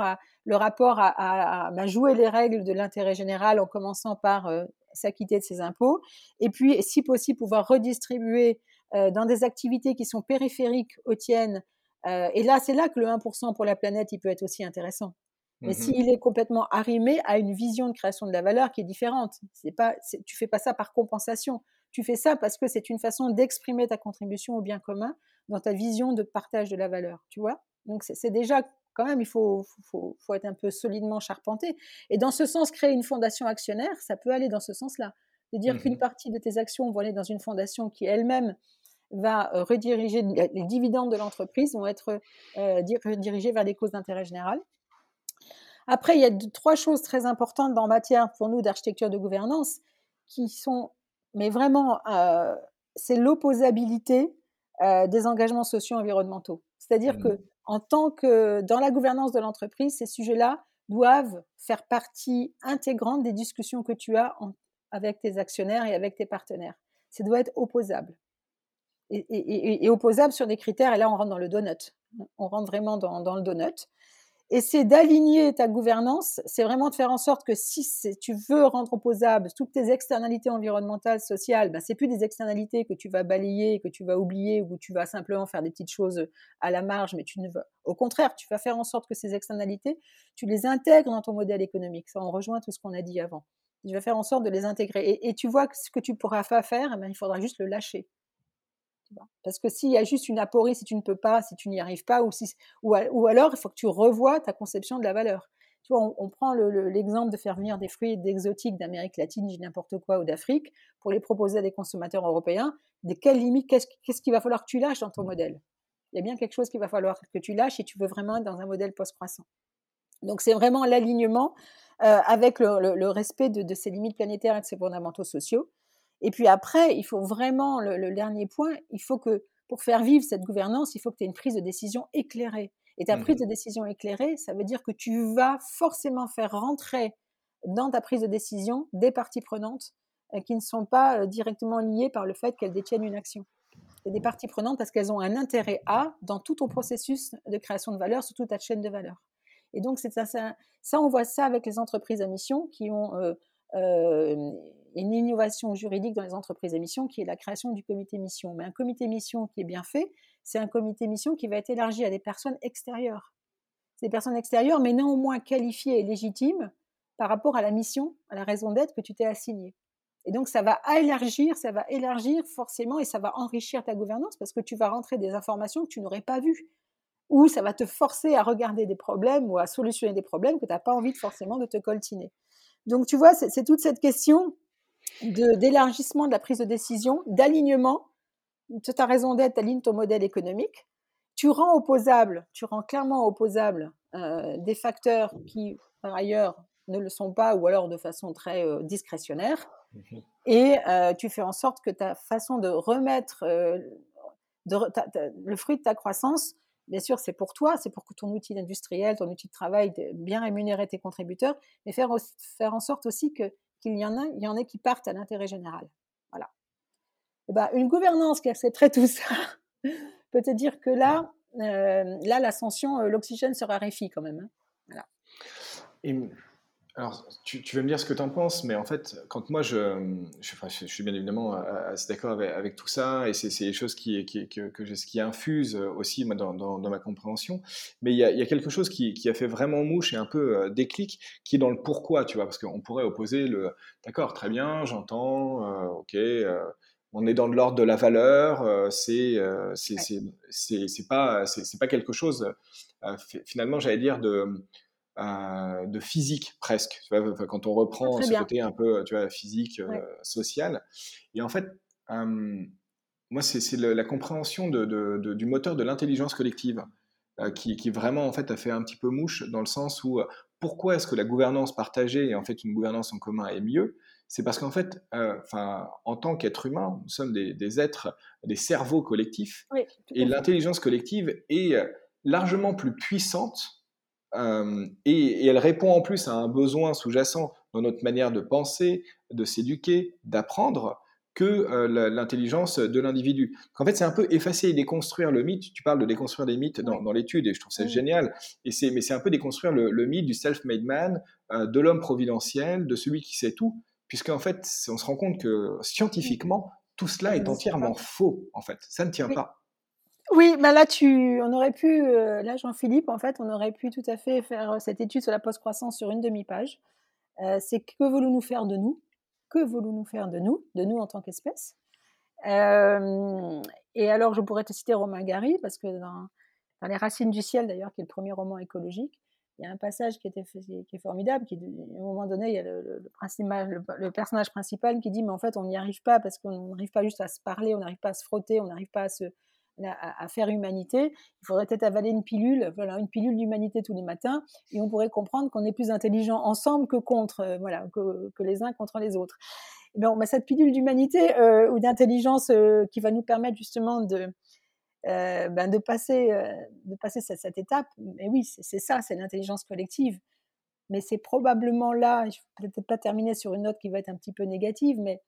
à jouer les règles de l'intérêt général en commençant par s'acquitter de ses impôts, et puis si possible pouvoir redistribuer dans des activités qui sont périphériques aux tiennes. Et là, c'est là que le 1% pour la planète, il peut être aussi intéressant. Mais s'il est complètement arrimé à une vision de création de la valeur qui est différente, tu fais pas ça par compensation, tu fais ça parce que c'est une façon d'exprimer ta contribution au bien commun dans ta vision de partage de la valeur, tu vois. Donc c'est déjà, quand même, il faut être un peu solidement charpenté. Et dans ce sens, créer une fondation actionnaire, ça peut aller dans ce sens-là. De dire qu'une partie de tes actions vont aller dans une fondation qui elle-même va rediriger les dividendes de l'entreprise, vont être redirigés vers des causes d'intérêt général. Après, il y a 3 choses très importantes en matière, pour nous, d'architecture de gouvernance, qui sont, mais vraiment, c'est l'opposabilité des engagements sociaux et environnementaux. C'est-à-dire que, dans la gouvernance de l'entreprise, ces sujets-là doivent faire partie intégrante des discussions que tu as avec tes actionnaires et avec tes partenaires. Ça doit être opposable. Et opposable sur des critères, et là, on rentre dans le donut. On rentre vraiment dans le donut. Et c'est d'aligner ta gouvernance, c'est vraiment de faire en sorte que si tu veux rendre opposable toutes tes externalités environnementales, sociales, c'est plus des externalités que tu vas balayer, que tu vas oublier, ou tu vas simplement faire des petites choses à la marge, mais au contraire, tu vas faire en sorte que ces externalités, tu les intègres dans ton modèle économique. Ça, on rejoint tout ce qu'on a dit avant. Tu vas faire en sorte de les intégrer. Et tu vois que ce que tu pourras pas faire, il faudra juste le lâcher. Parce que s'il y a juste une aporie, si tu ne peux pas, si tu n'y arrives pas, ou alors il faut que tu revoies ta conception de la valeur. Tu vois, on prend l'exemple de faire venir des fruits exotiques d'Amérique latine, n'importe quoi, ou d'Afrique, pour les proposer à des consommateurs européens. De quelle limite, qu'est-ce qu'il va falloir que tu lâches dans ton modèle? Il y a bien quelque chose qu'il va falloir que tu lâches si tu veux vraiment être dans un modèle post-croissant. Donc c'est vraiment l'alignement avec le respect de ces limites planétaires et de ces fondamentaux sociaux. Et puis après, il faut vraiment, le dernier point, il faut que, pour faire vivre cette gouvernance, il faut que tu aies une prise de décision éclairée. Et ta prise de décision éclairée, ça veut dire que tu vas forcément faire rentrer dans ta prise de décision des parties prenantes qui ne sont pas directement liées par le fait qu'elles détiennent une action. C'est des parties prenantes parce qu'elles ont un intérêt dans tout ton processus de création de valeur, sur toute ta chaîne de valeur. Et donc, c'est ça, on voit ça avec les entreprises à mission qui ont une innovation juridique dans les entreprises à mission qui est la création du comité mission. Mais un comité mission qui est bien fait, c'est un comité mission qui va être élargi à des personnes extérieures. C'est des personnes extérieures, mais néanmoins qualifiées et légitimes par rapport à la mission, à la raison d'être que tu t'es assignée. Et donc, ça va élargir forcément, et ça va enrichir ta gouvernance parce que tu vas rentrer des informations que tu n'aurais pas vues. Ou ça va te forcer à regarder des problèmes ou à solutionner des problèmes que tu n'as pas envie forcément de te coltiner. Donc, tu vois, c'est toute cette question d'élargissement de la prise de décision, d'alignement. Tu as raison d'être, tu alignes ton modèle économique. Tu rends clairement opposable des facteurs qui, par ailleurs, ne le sont pas, ou alors de façon très discrétionnaire. Et tu fais en sorte que ta façon de remettre le fruit de ta croissance, bien sûr, c'est pour toi, c'est pour que ton outil industriel, ton outil de travail, bien rémunérer tes contributeurs, mais faire en sorte aussi qu'il y en ait qui partent à l'intérêt général. Voilà. Et une gouvernance qui accepterait tout ça peut te dire que là, l'ascension, l'oxygène se raréfie quand même. Hein. Voilà. Et Alors, tu vas me dire ce que tu en penses, mais en fait, quand moi enfin, je suis bien évidemment assez d'accord avec tout ça, et c'est des choses qui infusent aussi moi, dans ma compréhension. Mais il y a quelque chose qui a fait vraiment mouche et un peu déclic, qui est dans le pourquoi, tu vois, parce qu'on pourrait opposer d'accord, très bien, j'entends, ok, on est dans de l'ordre de la valeur, Ouais, c'est pas quelque chose, finalement, j'allais dire de physique presque, tu vois, enfin, quand on ah, reprend très ce bien. côté un peu, tu vois, physique, Ouais, social. Et en fait, moi, c'est la compréhension du moteur de l'intelligence collective qui vraiment, en fait, a fait un petit peu mouche dans le sens où pourquoi est-ce que la gouvernance partagée et en fait une gouvernance en commun est mieux? C'est parce qu'en fait, enfin, en tant qu'être humain, nous sommes des êtres, des cerveaux collectifs, oui, tout et à fait. l'intelligence collective est largement plus puissante, et elle répond en plus à un besoin sous-jacent dans notre manière de penser, de s'éduquer, d'apprendre, que l'intelligence de l'individu. En fait, c'est un peu effacer et déconstruire le mythe. Tu parles de déconstruire des mythes Ouais, dans l'étude, et je trouve ça oui, génial. Mais c'est un peu déconstruire le mythe du self-made man, de l'homme providentiel, de celui qui sait tout, puisqu'en fait, on se rend compte que oui, scientifiquement, tout ça cela est n'existe pas. entièrement faux, en fait. Ça ne tient Oui. pas. Oui, bah, on aurait pu, là, Jean-Philippe, en fait, on aurait pu tout à fait faire, cette étude sur la post-croissance sur une demi-page. C'est que voulons-nous faire de nous? Que voulons-nous faire de nous en tant qu'espèce? Hem Et alors je pourrais te citer Romain Gary parce que dans Les Racines du ciel d'ailleurs, qui est le premier roman écologique, il y a un passage qui est formidable, à un moment donné, il y a le personnage principal qui dit: «Mais en fait, on n'y arrive pas parce qu'on n'arrive pas juste à se parler, on n'arrive pas à se frotter, on n'arrive pas à faire humanité. Il faudrait peut-être avaler une pilule, voilà, une pilule d'humanité tous les matins et on pourrait comprendre qu'on est plus intelligent ensemble que contre, voilà, que les uns contre les autres». Bon, bah, cette pilule d'humanité ou d'intelligence qui va nous permettre justement ben, de passer cette étape, mais oui, c'est ça, c'est l'intelligence collective. Mais c'est probablement là, je ne vais peut-être pas terminer sur une note qui va être un petit peu négative, mais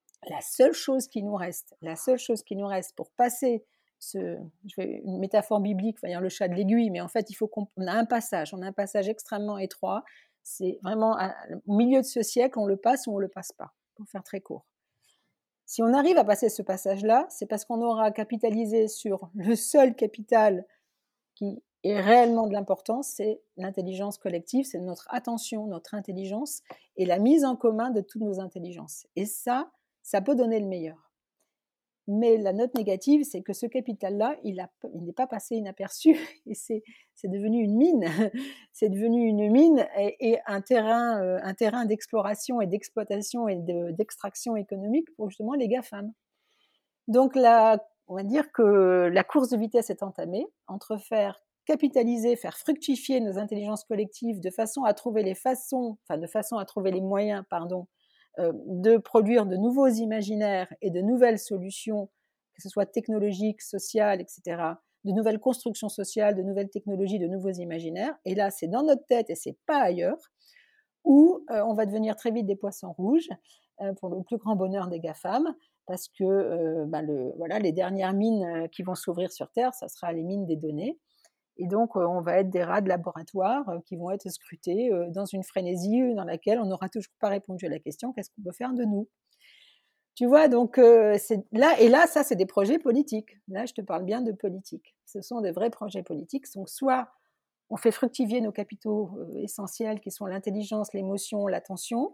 la seule chose qui nous reste pour passer je fais une métaphore biblique, enfin, dire le chat de l'aiguille, mais en fait, il faut on a un passage extrêmement étroit. C'est vraiment au milieu de ce siècle, on le passe ou on le passe pas, pour faire très court. Si on arrive à passer ce passage-là, c'est parce qu'on aura capitalisé sur le seul capital qui est réellement de l'importance, c'est l'intelligence collective, c'est notre attention, notre intelligence et la mise en commun de toutes nos intelligences. Et ça peut donner le meilleur. Mais la note négative, c'est que ce capital-là, il n'est pas passé inaperçu et c'est devenu une mine. C'est devenu une mine et un terrain d'exploration et d'exploitation et d'extraction économique pour justement les GAFAM. Donc on va dire que la course de vitesse est entamée entre faire capitaliser, faire fructifier nos intelligences collectives de façon à trouver de façon à trouver les moyens, pardon, de produire de nouveaux imaginaires et de nouvelles solutions, que ce soit technologiques, sociales, etc., de nouvelles constructions sociales, de nouvelles technologies, de nouveaux imaginaires. Et là, c'est dans notre tête et c'est pas ailleurs, où on va devenir très vite des poissons rouges, pour le plus grand bonheur des GAFAM, parce que bah, voilà, les dernières mines qui vont s'ouvrir sur Terre, ça sera les mines des données. Et donc, on va être des rats de laboratoire qui vont être scrutés dans une frénésie dans laquelle on n'aura toujours pas répondu à la question: «Qu'est-ce qu'on peut faire de nous?» Tu vois? Donc, c'est là, et là, ça, c'est des projets politiques. Là, je te parle bien de politique. Ce sont des vrais projets politiques. Donc, soit on fait fructifier nos capitaux essentiels qui sont l'intelligence, l'émotion, l'attention,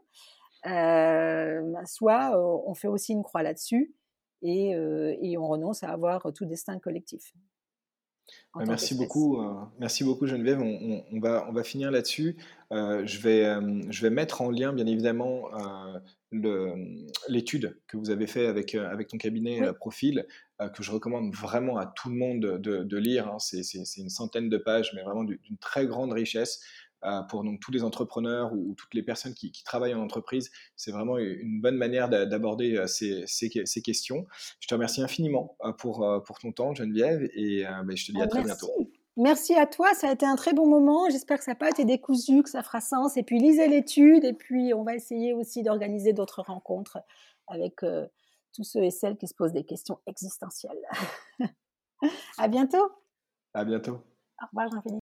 soit on fait aussi une croix là-dessus et on renonce à avoir tout destin collectif en Bah, tant qu'espèce. merci beaucoup Geneviève. On va finir là-dessus. Je vais mettre en lien, bien évidemment, l'étude que vous avez fait avec ton cabinet Oui, Profil, que je recommande vraiment à tout le monde de lire, hein. C'est une centaine de pages, mais vraiment d'une très grande richesse pour donc, tous les entrepreneurs ou toutes les personnes qui travaillent en entreprise. C'est vraiment une bonne manière d'aborder ces questions. Je te remercie infiniment pour ton temps, Geneviève, et je te dis à très merci. bientôt. Merci à toi, ça a été un très bon moment. J'espère que ça n'a pas été décousu, que ça fera sens et puis lisez l'étude et puis on va essayer aussi d'organiser d'autres rencontres avec, tous ceux et celles qui se posent des questions existentielles. À bientôt. À bientôt. Au revoir Jean-Philippe.